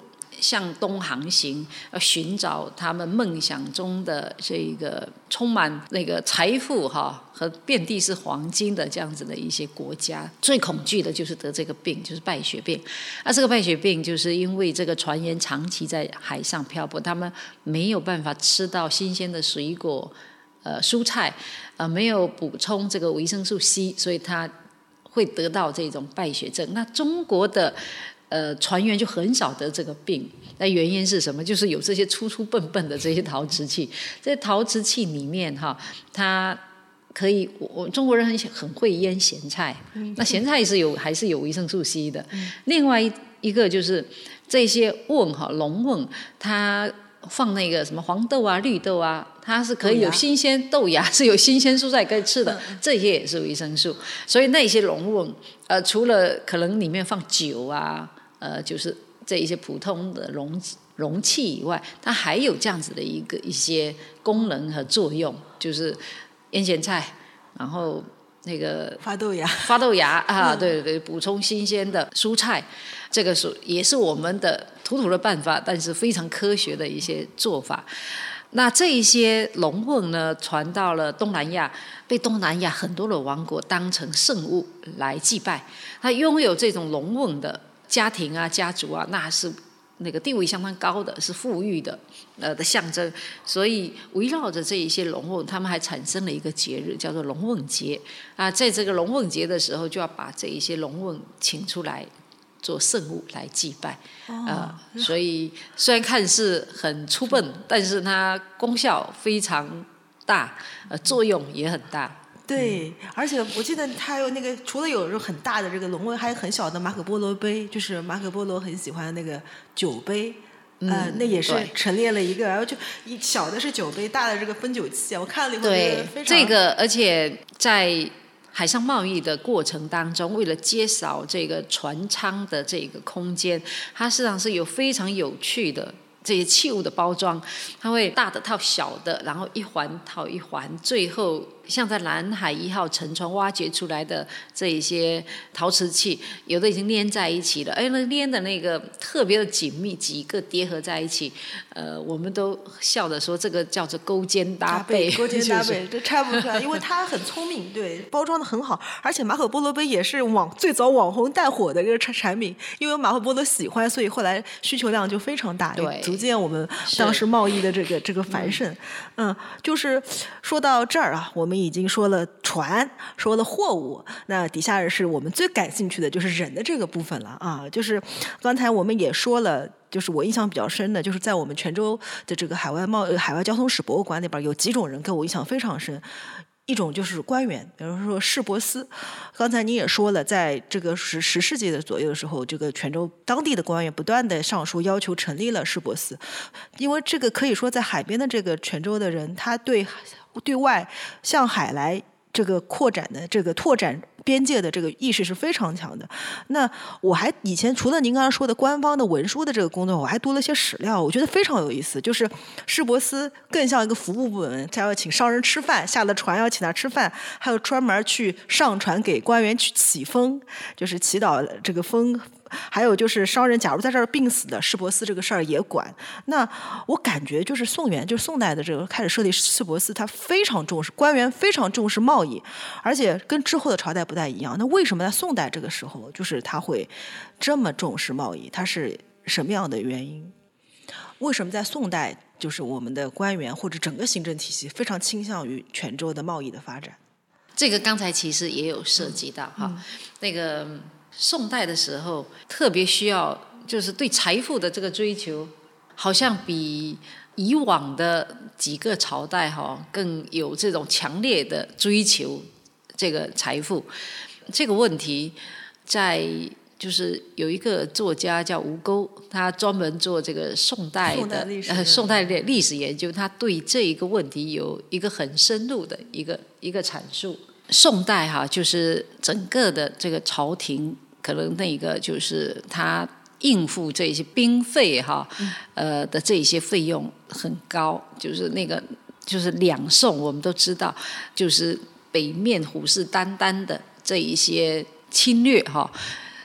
向东航行，要寻找他们梦想中的这个充满那个财富哈和遍地是黄金的这样子的一些国家。最恐惧的就是得这个病，就是败血病。那这个败血病就是因为这个船员长期在海上漂泊，他们没有办法吃到新鲜的水果、呃蔬菜，呃没有补充这个维生素 C， 所以他会得到这种败血症。那中国的呃，船员就很少得这个病，那原因是什么？就是有这些粗粗笨笨的这些陶瓷器，这些陶瓷器里面哈，它可以，我中国人很很会腌咸菜，那咸菜是有还是有维生素 C 的。另外一一个就是这些瓮哈，龙瓮，它放那个什么黄豆啊、绿豆啊，它是可以有新鲜豆芽，是有新鲜蔬菜可以吃的，这些也是维生素。所以那些龙瓮，呃，除了可能里面放酒啊。呃，就是这一些普通的容容器以外，它还有这样子的一个一些功能和作用，就是腌咸菜，然后那个发豆芽， 发豆芽啊，对对对，补充新鲜的蔬菜，这个是也是我们的土土的办法，但是非常科学的一些做法。那这一些龙瓮呢，传到了东南亚，被东南亚很多的王国当成圣物来祭拜。它拥有这种龙瓮的家庭啊、家族啊，那是那个地位相当高的，是富裕的呃的象征。所以围绕着这一些龙瓮，他们还产生了一个节日，叫做龙瓮节啊。在这个龙瓮节的时候，就要把这一些龙瓮请出来做圣物来祭拜啊、呃。所以虽然看似很粗笨，但是它功效非常大，呃，作用也很大。 对、嗯，而且我记得它有那个，除了有很大的这个龙瓮，还有很小的马可波罗杯，就是马可波罗很喜欢的那个酒杯，嗯、呃，那也是陈列了一个，然后就一小的是酒杯，大的这个分酒器，我看了以后觉得非常这个，而且在海上贸易的过程当中，为了减少这个船舱的这个空间，它实际上是有非常有趣的这些器物的包装，它会大的套小的，然后一环套一环，最后像在南海一号沉船挖掘出来的这一些陶瓷器，有的已经连在一起了，哎，那连的那个特别的紧密，几个叠合在一起，呃，我们都笑着说这个叫做勾肩搭背， 勾肩搭背，这拆不出来，因为它很聪明，对，包装的很好，而且马可波罗杯也是网最早网红带火的这个产产品，因为马可波罗喜欢，所以后来需求量就非常大， 对， 足见我们当时贸易的这个这个繁盛。嗯，嗯就是说到这儿啊，我们已经说了船，说了货物，那底下是我们最感兴趣的就是人的这个部分了啊。就是刚才我们也说了，就是我印象比较深的，就是在我们泉州的这个海外贸海外交通史博物馆里边，有几种人给我印象非常深。一种就是官员，比如说市舶司。刚才你也说了，在这个十十世纪的左右的时候，这个泉州当地的官员不断的上书要求成立了市舶司，因为这个可以说在海边的这个泉州的人，他对对外向海来这个扩展的这个拓展边界的这个意识是非常强的。那我还以前除了您刚刚说的官方的文书的这个工作，我还读了些史料，我觉得非常有意思。就是市舶司更像一个服务部门，他要请商人吃饭，下了船要请他吃饭，还有专门去上船给官员去祈封，就是祈祷这个封。还有就是商人假如在这儿病死的，市舶司这个事儿也管。那我感觉就是宋元，就是宋代的这个开始设立市舶司，他非常重视官员，非常重视贸易，而且跟之后的朝代不太一样。那为什么在宋代这个时候，就是他会这么重视贸易？它是什么样的原因？为什么在宋代，就是我们的官员或者整个行政体系非常倾向于泉州的贸易的发展？ 这个刚才其实也有涉及到哈、嗯，那个。宋代的时候特别需要，就是对财富的这个追求，好像比以往的几个朝代哈更有这种强烈的追求这个财富。这个问题在就是有一个作家叫吴钩，他专门做这个宋代的宋代历史呃宋代的历史研究，他对这一个问题有一个很深入的一个一个阐述。宋代哈，就是整个的这个朝廷，可能那个就是他应付这些兵费哈，呃的这些费用很高，就是那个就是两宋，我们都知道，就是北面虎视眈眈的这一些侵略哈，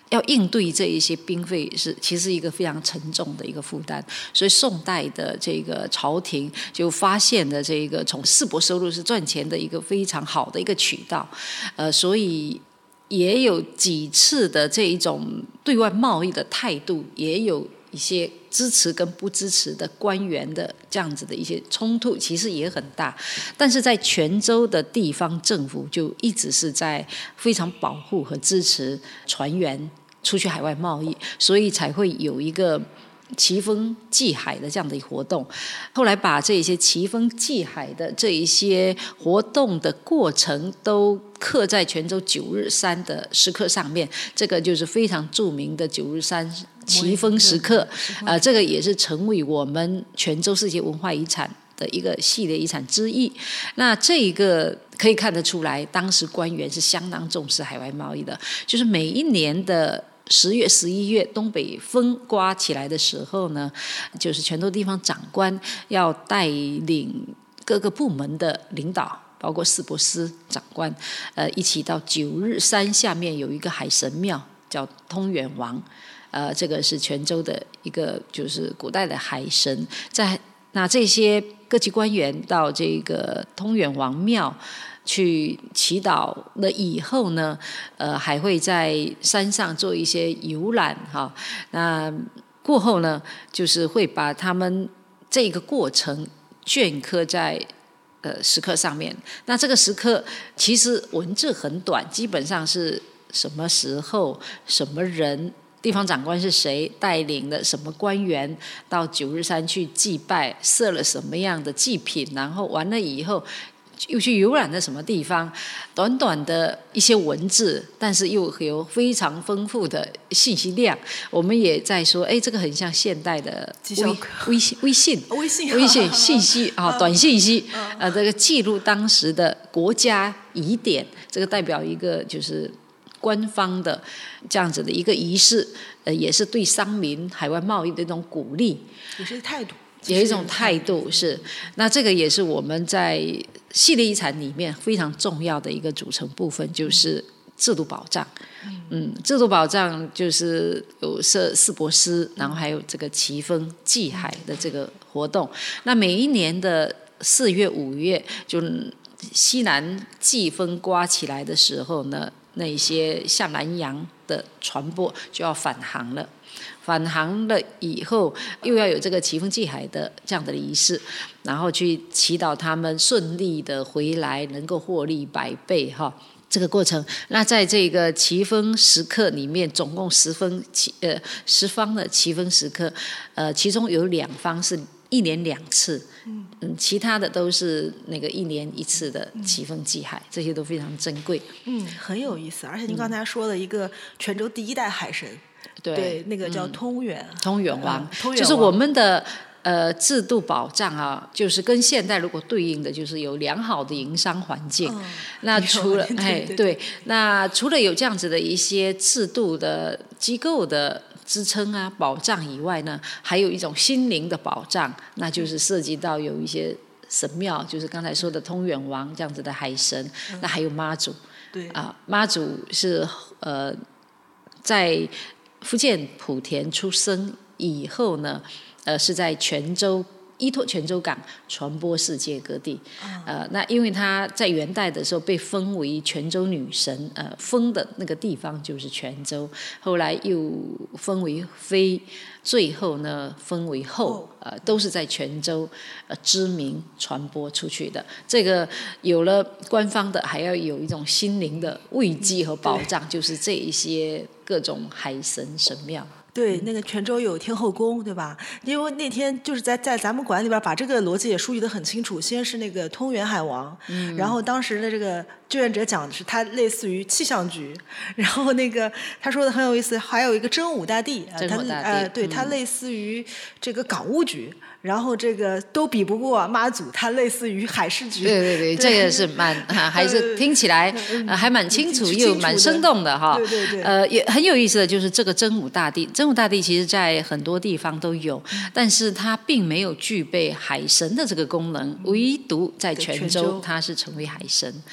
要应对这一些兵费是其实一个非常沉重的一个负担，所以宋代的这个朝廷就发现了这个从市舶收入是赚钱的一个非常好的一个渠道，呃，所以也有几次的这一种对外贸易的态度，也有一些支持跟不支持的官员的这样子的一些冲突，其实也很大。但是在泉州的地方政府就一直是在非常保护和支持船员出去海外贸易，所以才会有一个奇风祭海的这样的活动。后来把这些奇风祭海的这一些活动的过程都刻在泉州九日山的石刻上面，这个就是非常著名的九日山奇风石刻，呃，这个也是成为我们泉州世界文化遗产的一个系列遗产之一。那这一个可以看得出来，当时官员是相当重视海外贸易的，就是每一年的十月、十一月，东北风刮起来的时候呢，就是泉州地方长官要带领各个部门的领导，包括市舶司长官，呃，一起到九日山下面有一个海神庙，叫通远王，呃，这个是泉州的一个就是古代的海神。在那这些各级官员到这个通远王庙去祈祷了以后呢，呃，还会在山上做一些游览哈。那过后呢，就是会把他们这个过程镌刻在呃石刻上面。那这个石刻其实文字很短，基本上是什么时候、什么人、地方长官是谁，带领了什么官员到九日山去祭拜，设了什么样的祭品，然后完了以后又去游览了什么地方，短短的一些文字，但是又有非常丰富的信息量。我们也在说，哎，这个很像现代的微微信微信微信微信信息啊，短信息，呃，这个记录当时的国家仪典，这个代表一个就是官方的这样子的一个仪式，呃，也是对商民海外贸易的一种鼓励， 也是态度。 有一种态度是，那这个也是我们在系列遗产里面非常重要的一个组成部分，就是制度保障。嗯，制度保障就是有设市舶司，然后还有这个奇风祭海的这个活动。那每一年的四月、五月，就西南季风刮起来的时候呢，那些下南洋的船舶就要返航了。返航了以后，又要有这个奇风祭海的这样的仪式，然后去祈祷他们顺利的回来，能够获利百倍哈。这个过程，那在这个奇风石刻里面，总共十分呃十方的奇风石刻，呃，其中有两方是一年两次，嗯，其他的都是那个一年一次的奇风祭海，这些都非常珍贵。 嗯，很有意思。而且您刚才说了一个泉州第一代海神。 对, 对，那个叫通远、 嗯、通远王、 嗯、通远王就是我们的呃制度保障啊，就是跟现代如果对应的，就是有良好的营商环境。嗯、那除了哎 对, 对，那除了有这样子的一些制度的机构的支撑啊保障以外呢，还有一种心灵的保障，那就是涉及到有一些神庙，就是刚才说的通远王这样子的海神，嗯、那还有妈祖。 对啊，妈祖是呃在福建莆田出生以后呢，呃，是在泉州依托泉州港传播世界各地。呃，那因为他在元代的时候被封为泉州女神，呃，封的那个地方就是泉州，后来又封为妃，最后呢封为后，呃，都是在泉州呃知名传播出去的。这个有了官方的，还要有一种心灵的慰藉和保障，就是这一些各种海神神庙。 对，那个泉州有天后宫，对吧？因为那天就是在在咱们馆里边把这个逻辑也梳理得很清楚。先是那个通远海王，嗯、然后当时的这个志愿者讲的是他类似于气象局，然后那个他说的很有意思，还有一个真武大帝， 真武大帝， 呃，对， 嗯、 他类似于这个港务局。然后这个都比不过妈祖，它类似于海事局。 对对对，这个是蛮、啊、还是听起来、呃、还蛮清楚又蛮生动的哈。 对对对。 呃，也很有意思的就是这个真武大帝，真武大帝其实在很多地方都有，但是它并没有具备海神的这个功能，唯独在泉州它是成为海神。嗯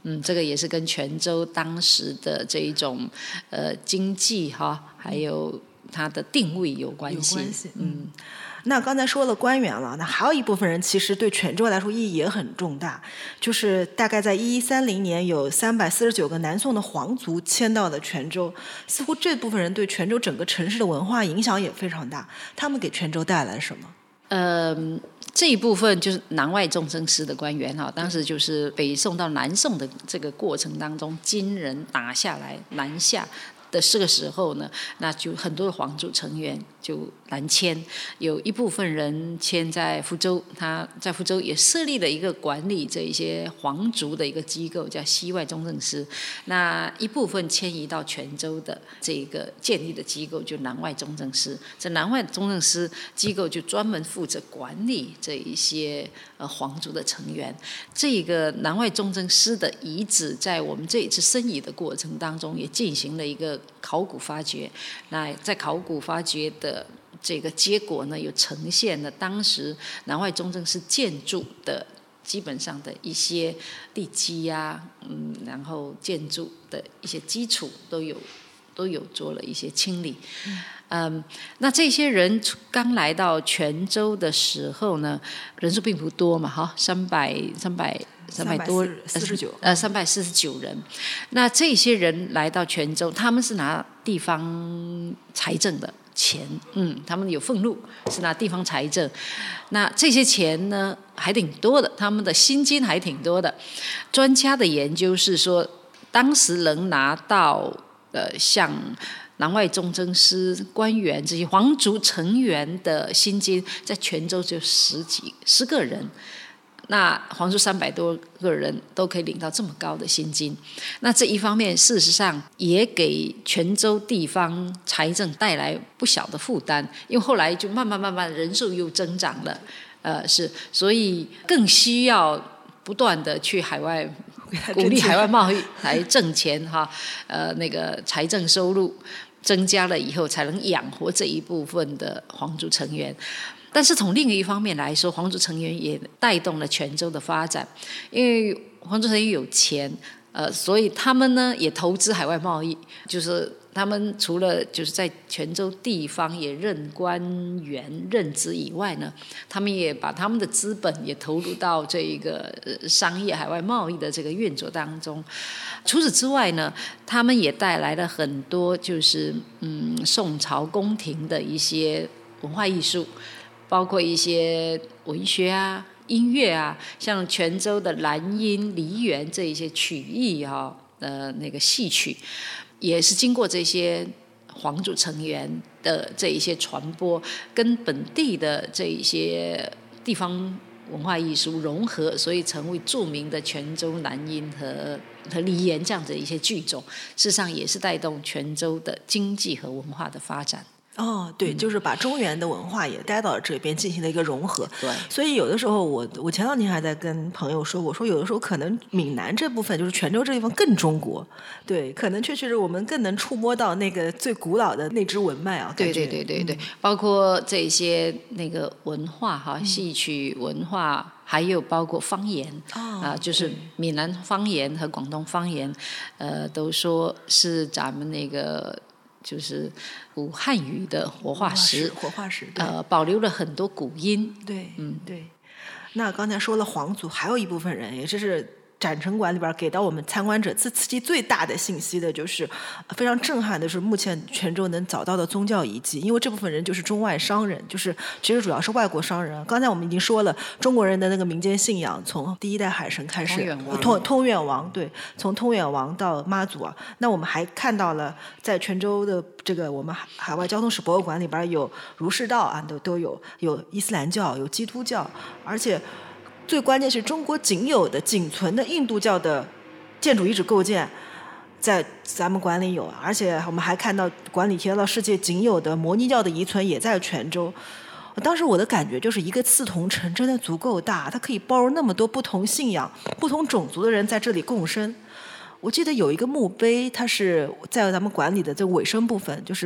嗯，这个也是跟泉州当时的这一种呃经济哈，还有它的定位有关系。 有关系，嗯。那刚才说了官员了，那还有一部分人其实对泉州来说意义也很重大，就是大概在一一三零年有三百四十九个南宋的皇族迁到了泉州，似乎这部分人对泉州整个城市的文化影响也非常大，他们给泉州带来什么？ 呃，这一部分就是南外众生司的官员哈，当时就是北宋到南宋的这个过程当中，金人打下来南下的这个时候呢，那就很多的皇族成员就南迁，有一部分人迁在福州，他在福州也设立了一个管理这一些皇族的一个机构，叫西外宗政司。那一部分迁移到泉州的这个建立的机构，就南外宗政司。这南外宗政司机构就专门负责管理这一些呃皇族的成员。这个南外宗政司的遗址，在我们这一次申遗的过程当中，也进行了一个考古发掘。那在考古发掘的这个结果呢，有呈现了当时南外宗政司建筑的基本上的一些地基啊，嗯，然后建筑的一些基础都有都有做了一些清理。嗯嗯，那这些人刚来到泉州的时候呢，人数并不多嘛，哈，三百三百三百多四十九， 呃，三百四十九人。那这些人来到泉州，他们是拿地方财政的钱，嗯，他们有俸禄，是拿地方财政。那这些钱呢，还挺多的，他们的薪金还挺多的。专家的研究是说，当时能拿到呃像南外宗政司官员这些皇族成员的薪金，在泉州就十几十个人。那皇族三百多个人都可以领到这么高的薪金，那这一方面事实上也给泉州地方财政带来不小的负担，因为后来就慢慢慢慢人数又增长了，呃，是，所以更需要不断的去海外鼓励海外贸易来挣钱哈，呃，那个财政收入增加了以后，才能养活这一部分的皇族成员。但是从另一方面来说，皇族成员也带动了泉州的发展，因为皇族成员有钱，呃，所以他们呢也投资海外贸易，就是他们除了就是在泉州地方也任官员任职以外呢，他们也把他们的资本也投入到这一个商业海外贸易的这个运作当中。除此之外呢，他们也带来了很多就是嗯宋朝宫廷的一些文化艺术。包括一些文学啊、音乐啊，像泉州的兰音、梨园这一些曲艺啊，呃，那个戏曲，也是经过这些皇族成员的这一些传播，跟本地的这一些地方文化艺术融合，所以成为著名的泉州兰音和和梨园这样的一些剧种，事实上也是带动泉州的经济和文化的发展。 哦，对，嗯、就是把中原的文化也带到了这边，进行了一个融合。 对， 所以有的时候我我前两天还在跟朋友说，我说有的时候可能闽南这部分就是泉州这地方更中国，对，可能确实是我们更能触摸到那个最古老的那支文脉啊。 对对对对对，嗯、包括这些那个文化哈，戏曲文化。嗯还有包括方言啊、 哦呃，就是闽南方言和广东方言，呃，都说是咱们那个就是古汉语的活化石， 活化石， 呃，保留了很多古音。 对，嗯，对。那刚才说了皇族，还有一部分人，也就是展城馆里边给到我们参观者刺刺激最大的信息的，就是非常震撼的是目前泉州能找到的宗教遗迹，因为这部分人就是中外商人，就是其实主要是外国商人。刚才我们已经说了，中国人的那个民间信仰从第一代海神开始， 通远王， 通通远王，对，从通远王到妈祖啊。那我们还看到了在泉州的这个我们海外交通史博物馆里边有儒释道啊，都都有，有伊斯兰教，有基督教，而且。最关键是中国仅有的、仅存的印度教的建筑遗址构件，在咱们馆里有，而且我们还看到馆里提到世界仅有的摩尼教的遗存也在泉州。当时我的感觉就是一个四同城真的足够大，它可以包容那么多不同信仰、不同种族的人在这里共生。我记得有一个墓碑，它是在咱们馆里的这尾声部分，就是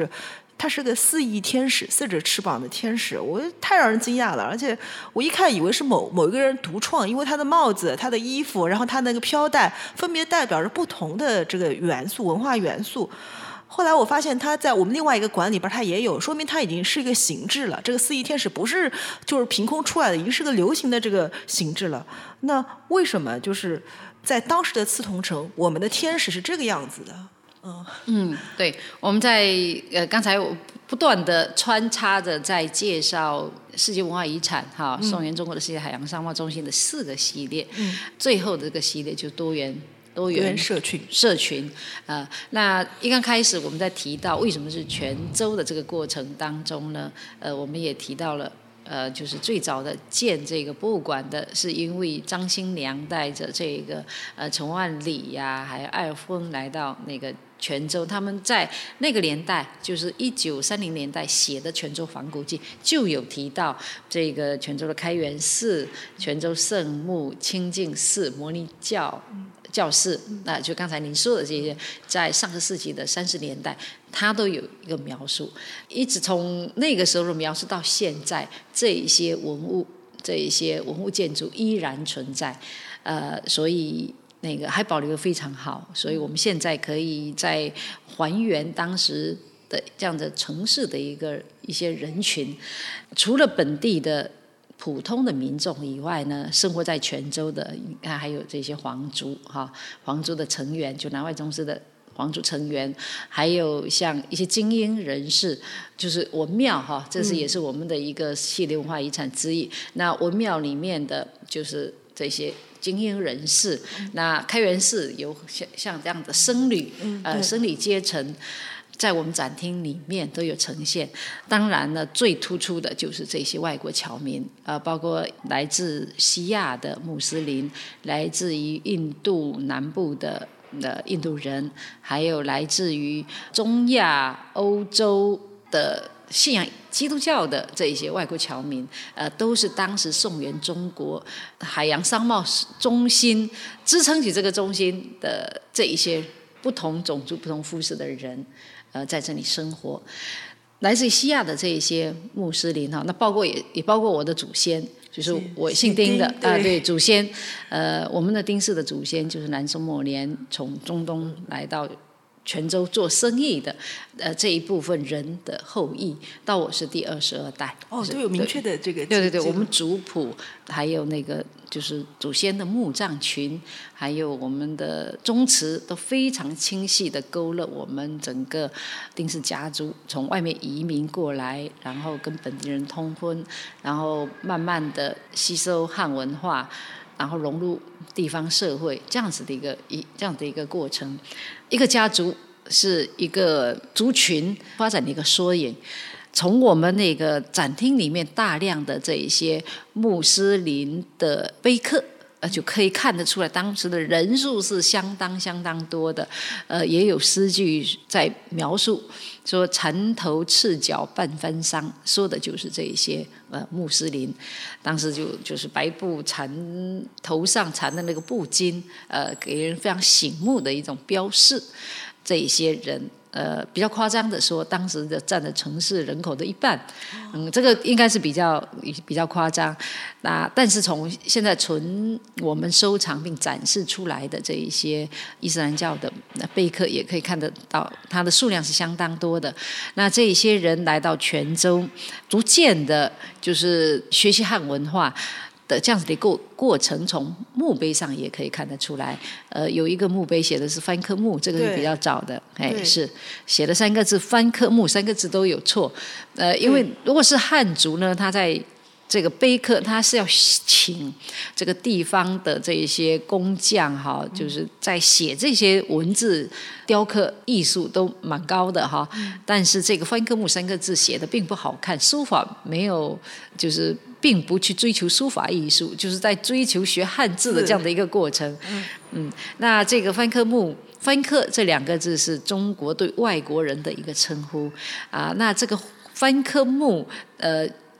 它是个四翼天使，四只翅膀的天使，我太让人惊讶了。而且我一看以为是某某一个人独创，因为他的帽子、他的衣服，然后他那个飘带，分别代表着不同的这个元素、文化元素。后来我发现他在我们另外一个馆里边，他也有，说明他已经是一个形制了。这个四翼天使不是就是凭空出来的，已经是个流行的这个形制了。那为什么就是在当时的刺桐城，我们的天使是这个样子的？ 嗯嗯，对，我们在呃刚才我不断的穿插着在介绍世界文化遗产哈， 嗯、 宋元中国的世界海洋商贸中心的四个系列， 嗯、 最后的这个系列就多元。多元社群， 社群，呃，那一刚开始我们在提到为什么是泉州的这个过程当中呢，呃，我们也提到了，呃，就是最早的建这个博物馆的，是因为张新良带着这个呃陈万里呀、啊，还有艾尔峰来到那个泉州，他们在那个年代，就是一九三零年代写的《泉州仿古记》，就有提到这个泉州的开元寺、泉州圣母、清净寺、摩尼教。教室，那、呃、就刚才您说的这些，在上个世纪的三十年代，它都有一个描述，一直从那个时候的描述到现在，这一些文物、这一些文物建筑依然存在，呃，所以那个还保留得非常好，所以我们现在可以在还原当时的这样的城市的一个一些人群，除了本地的。普通的民众以外呢，生活在泉州的，你看还有这些皇族哈，皇族的成员，就南外宗室的皇族成员，还有像一些精英人士，就是文庙哈，这是也是我们的一个系列文化遗产之一。嗯、那文庙里面的就是这些精英人士，嗯、那开元寺有像像这样的僧侣，嗯、呃，僧侣阶层。在我们展厅里面都有呈现，当然呢，最突出的就是这些外国侨民，呃，包括来自西亚的穆斯林，来自于印度南部的的印度人，还有来自于中亚、欧洲的信仰基督教的这一些外国侨民，呃，都是当时宋元中国海洋商贸中心支撑起这个中心的这一些不同种族、不同肤色的人。呃，在这里生活，来自西亚的这一些穆斯林哈，那包括也也包括我的祖先，就是我姓丁的啊、呃，对，祖先，呃，我们的丁氏的祖先就是南宋末年从中东来到泉州做生意的，呃，这一部分人的后裔，到我是第二十二代。 哦，都有明确的这个。 对对对，我们族谱还有那个就是祖先的墓葬群，还有我们的宗祠都非常清晰的勾勒我们整个丁氏家族从外面移民过来，然后跟本地人通婚，然后慢慢的吸收汉文化，然后融入地方社会，这样子的一个一这样的一个过程。一个家族是一个族群发展的一个缩影。从我们那个展厅里面大量的这一些穆斯林的碑刻，呃，就可以看得出来，当时的人数是相当相当多的。呃，也有诗句在描述说缠头赤脚半翻伤，说的就是这一些呃穆斯林。当时就就是白布缠头上缠的那个布巾，呃，给人非常醒目的一种标示。这一些人。呃，比较夸张的说，当时的占了城市人口的一半，嗯，这个应该是比较比较夸张。那但是从现在存我们收藏并展示出来的这一些伊斯兰教的碑刻，也可以看得到，它的数量是相当多的。那这一些人来到泉州，逐渐的就是学习汉文化。的这样子的过过程，从墓碑上也可以看得出来。呃，有一个墓碑写的是翻科墓，这个是比较早的，哎，是写了三个字翻科墓，三个字都有错。呃，因为如果是汉族呢，他在这个碑刻，他是要请这个地方的这一些工匠哈，就是在写这些文字、雕刻艺术都蛮高的哈。但是这个翻科墓三个字写的并不好看，书法没有，就是并不去追求书法艺术，就是在追求学汉字的这样的一个过程。嗯, 嗯，那这个翻科墓。翻刻这两个字是中国对外国人的一个称呼啊。那这个翻科墓，呃。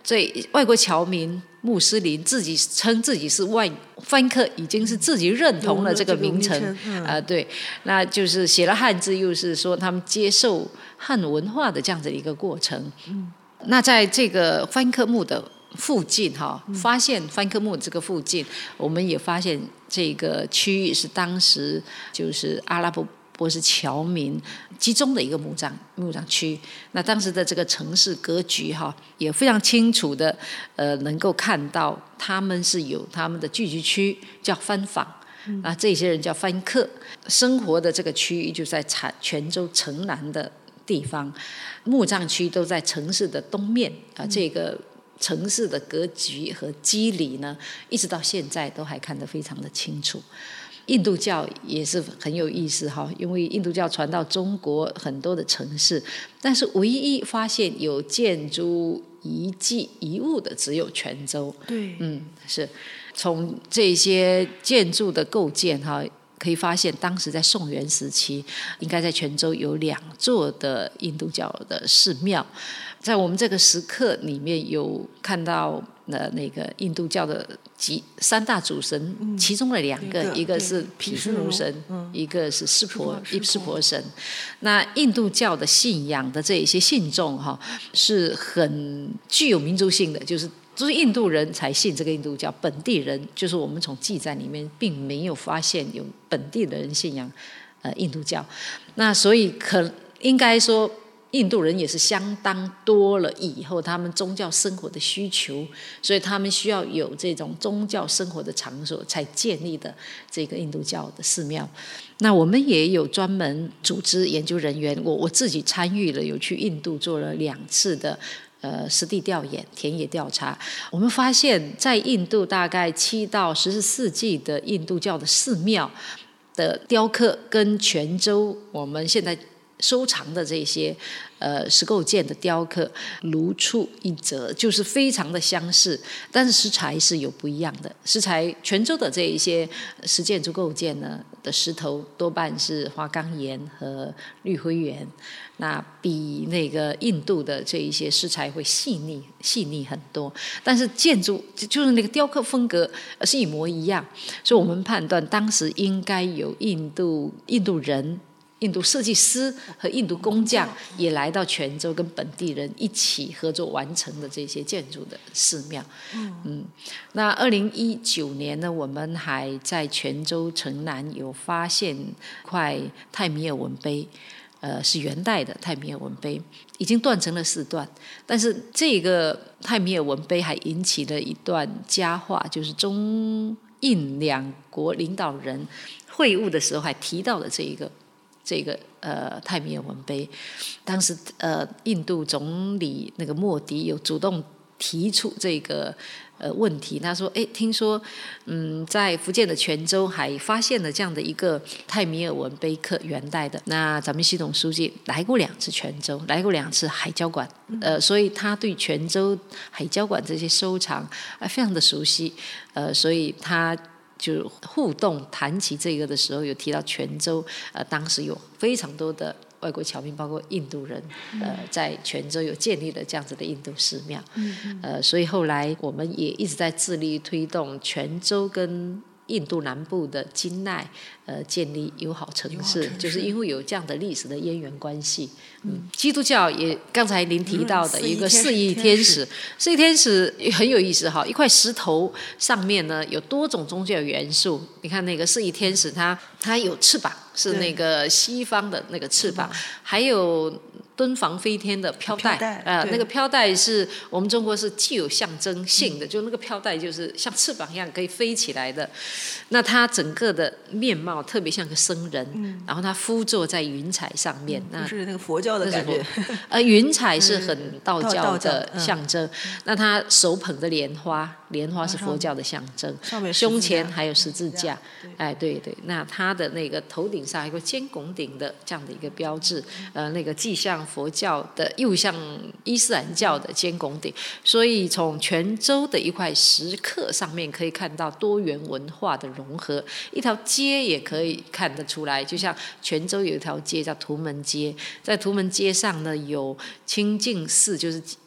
这外国侨民穆斯林自己称自己是外梵克，已经是自己认同了这个名称啊、 嗯呃，对，那就是写了汉字，又是说他们接受汉文化的这样子的一个过程。嗯，那在这个梵克墓的附近哈，发现梵克墓这个附近，我们也发现这个区域是当时就是阿拉伯波斯侨民集中的一个墓葬墓葬区。那当时的这个城市格局哈，也非常清楚的，呃，能够看到他们是有他们的聚居区叫番坊。嗯、啊，这些人叫番客，生活的这个区域就在泉州城南的地方，墓葬区都在城市的东面啊，这个城市的格局和肌理呢，一直到现在都还看得非常的清楚。印度教也是很有意思哈，因为印度教传到中国很多的城市，但是唯一发现有建筑遗迹遗物的只有泉州。 对， 嗯，是从这些建筑的构建哈，可以发现当时在宋元时期，应该在泉州有两座的印度教的寺庙。在我们这个石刻里面有看到呃那个印度教的几三大主神，嗯、其中的两个，一个是毗湿奴神，嗯、一个是湿婆湿婆神。那印度教的信仰的这一些信众哈，是很具有民族性的，就是都是印度人才信这个印度教，本地人就是我们从记载里面并没有发现有本地的人信仰呃印度教。那所以可应该说，印度人也是相当多了以后他们宗教生活的需求，所以他们需要有这种宗教生活的场所才建立的这个印度教的寺庙。那我们也有专门组织研究人员，我我自己参与了，有去印度做了两次的呃实地调研田野调查。我们发现在印度大概七到十四世纪的印度教的寺庙的雕刻跟泉州我们现在收藏的这些呃石构件的雕刻如出一辙，就是非常的相似，但是石材是有不一样的。石材泉州的这一些石建筑构件呢的石头多半是花岗岩和绿灰岩，那比那个印度的这一些石材会细腻细腻很多，但是建筑就是那个雕刻风格是一模一样，所以我们判断当时应该有印度印度人印度设计师和印度工匠也来到泉州，跟本地人一起合作完成的这些建筑的寺庙。嗯，嗯那二零一九年呢，我们还在泉州城南有发现块泰米尔文碑，呃，是元代的泰米尔文碑，已经断成了四段。但是这个泰米尔文碑还引起了一段佳话，就是中印两国领导人会晤的时候还提到了这一个。这个呃泰米尔文碑，当时呃印度总理那个莫迪有主动提出这个呃问题，他说：“哎，听说嗯在福建的泉州还发现了这样的一个泰米尔文碑刻，元代的。那咱们习总书记来过两次泉州，来过两次海交馆，呃，所以他对泉州海交馆这些收藏啊非常的熟悉，呃，所以他。”就互动谈起这个的时候，有提到泉州，呃，当时有非常多的外国侨民，包括印度人，呃，在泉州有建立了这样子的印度寺庙，呃，所以后来我们也一直在致力推动泉州跟印度南部的金奈，呃，建立友好城市，城市就是因为有这样的历史的渊源关系。嗯，基督教也刚才您提到的一个四翼天使，四翼天使很有意思哈，一块石头上面呢有多种宗教元素。你看那个四翼天使它，它它有翅膀，是那个西方的那个翅膀，还有敦煌飞天的飘带，呃，那个飘带是我们中国是具有象征性的，嗯、就那个飘带就是像翅膀一样可以飞起来的。那它整个的面貌特别像个僧人，嗯、然后他敷坐在云彩上面， 嗯、那是那个佛教的感觉。 呃，云彩是很道教的象征，嗯、那他手捧着莲花，莲花是佛教的象征，胸前还有十字架，哎，对对，那他的那个头顶上还有个尖拱顶的这样的一个标志，呃，那个既像佛教的又像伊斯兰教的尖拱顶，所以从泉州的一块石刻上面可以看到多元文化的融合，一条街也可以看得出来，就像泉州有一条街叫图门街，在图门街上呢有清净寺，就是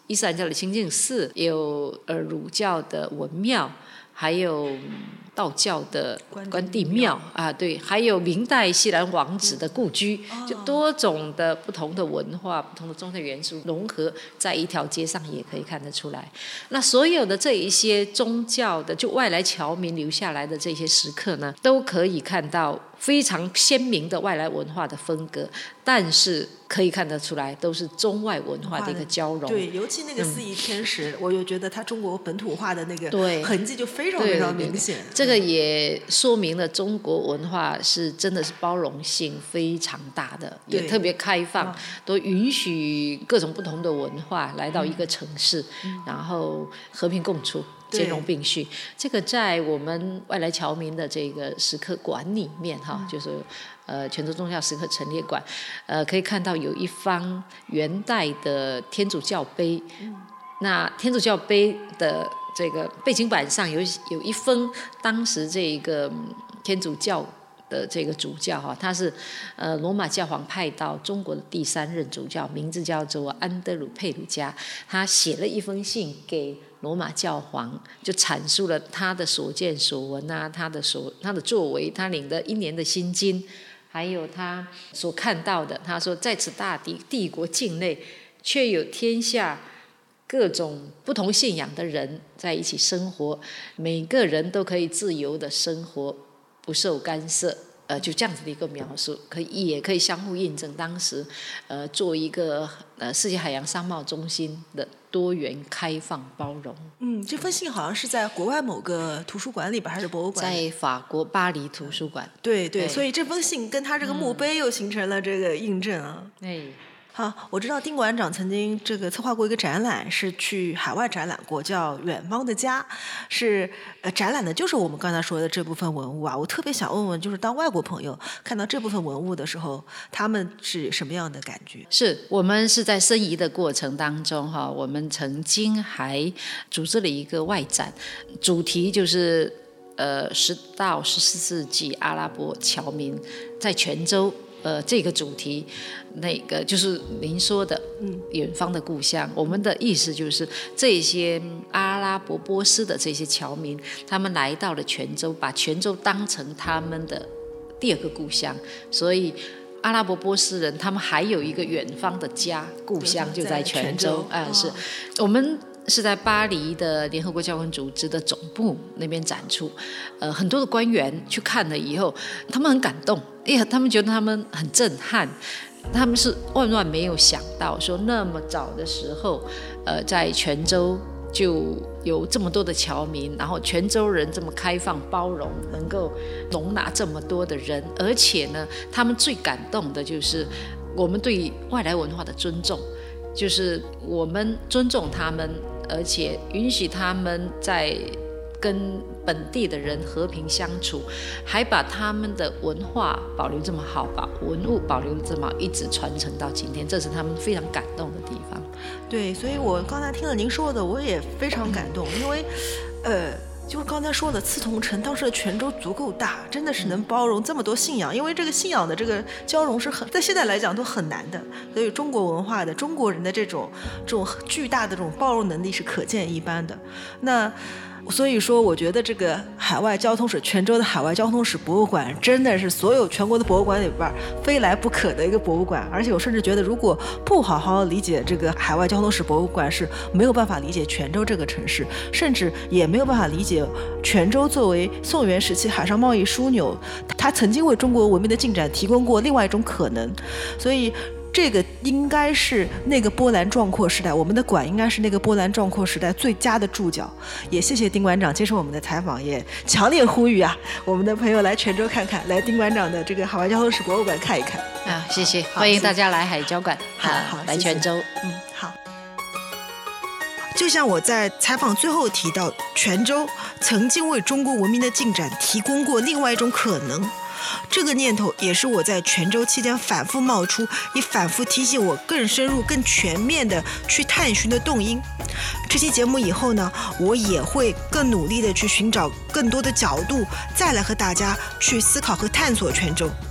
伊斯兰教的清净寺，有呃儒教的文庙，还有道教的关帝庙啊，对，还有明代西兰王子的故居，嗯、就多种的不同的文化、不同的宗教元素融合在一条街上，也可以看得出来。那所有的这一些宗教的，就外来侨民留下来的这些石刻呢，都可以看到非常鲜明的外来文化的风格，但是可以看得出来都是中外文化的一个交融。 对，尤其那个四夷天石、嗯、我就觉得它中国本土化的那个痕迹就非常非常明显。 对对对，这个也说明了中国文化是真的是包容性非常大的，也特别开放、嗯、都允许各种不同的文化来到一个城市、嗯、然后和平共处，兼容并蓄。这个在我们外来侨民的这个石刻馆里面哈、嗯，就是呃泉州宗教石刻陈列馆，呃可以看到有一方元代的天主教碑、嗯、那天主教碑的这个背景板上有有一封当时这个天主教的这个主教哈，他是呃罗马教皇派到中国的第三任主教，名字叫做安德鲁佩鲁加，他写了一封信给罗马教皇，就阐述了他的所见所闻啊，他的所他的作为，他领的一年的薪金，还有他所看到的。他说，在此大帝帝国境内，却有天下各种不同信仰的人在一起生活，每个人都可以自由的生活，不受干涉。呃，就这样子的一个描述，可以也可以相互印证当时，呃，做一个呃世界海洋商贸中心的多元、开放、包容。 嗯，这封信好像是在国外某个图书馆里边，还是博物馆？ 在法国巴黎图书馆。 对 对, 对，所以这封信跟他这个墓碑又形成了这个印证啊。 对。 好，我知道丁馆长曾经这个策划过一个展览，是去海外展览过，叫《远方的家》，是呃展览的就是我们刚才说的这部分文物啊。我特别想问问，就是当外国朋友看到这部分文物的时候，他们是什么样的感觉？ 是我们是在申遗的过程当中哈，我们曾经还组织了一个外展，主题就是呃十到十四世纪阿拉伯侨民在泉州。呃，这个主题，那个就是您说的，嗯，远方的故乡。我们的意思就是这些阿拉伯波斯的这些侨民，他们来到了泉州，把泉州当成他们的第二个故乡，所以阿拉伯波斯人他们还有一个远方的家，故乡就在泉州。啊、呃，是我们。是在巴黎的联合国教科文组织的总部那边展出，呃，很多的官员去看了以后，他们很感动，哎呀，他们觉得他们很震撼，他们是万万没有想到，说那么早的时候，呃，在泉州就有这么多的侨民，然后泉州人这么开放包容，能够容纳这么多的人，而且呢，他们最感动的就是我们对外来文化的尊重，就是我们尊重他们。而且允许他们在跟本地的人和平相处，还把他们的文化保留这么好，把文物保留这么好，一直传承到今天，这是他们非常感动的地方。 对，所以我刚才听了您说的，我也非常感动，因为呃就是刚才说的刺桐城当时的泉州足够大，真的是能包容这么多信仰，因为这个信仰的这个交融是很在现在来讲都很难的，所以中国文化的中国人的这种这种巨大的这种包容能力是可见一斑的。那所以说我觉得这个海外交通史泉州的海外交通史博物馆真的是所有全国的博物馆里边非来不可的一个博物馆，而且我甚至觉得如果不好好理解这个海外交通史博物馆是没有办法理解泉州这个城市，甚至也没有办法理解泉州作为宋元时期海上贸易枢纽，它曾经为中国文明的进展提供过另外一种可能。所以这个应该是那个波澜壮阔时代，我们的馆应该是那个波澜壮阔时代最佳的注脚。也谢谢丁馆长接受我们的采访，也强烈呼吁啊，我们的朋友来泉州看看，来丁馆长的这个海外交通史博物馆看一看啊！谢谢，欢迎大家来海交馆， 好好来泉州， 嗯，好。就像我在采访最后提到，泉州曾经为中国文明的进展提供过另外一种可能。这个念头也是我在泉州期间反复冒出，也反复提醒我更深入、更全面的去探寻的动因。这期节目以后呢，我也会更努力的去寻找更多的角度，再来和大家去思考和探索泉州。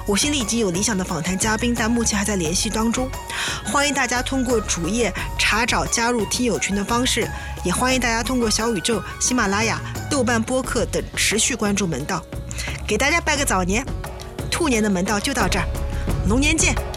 我心里已经有理想的访谈嘉宾，但目前还在联系当中。欢迎大家通过主页查找加入听友群的方式，也欢迎大家通过小宇宙、喜马拉雅、豆瓣播客等持续关注门道。给大家拜个早年，兔年的门道就到这儿，龙年见。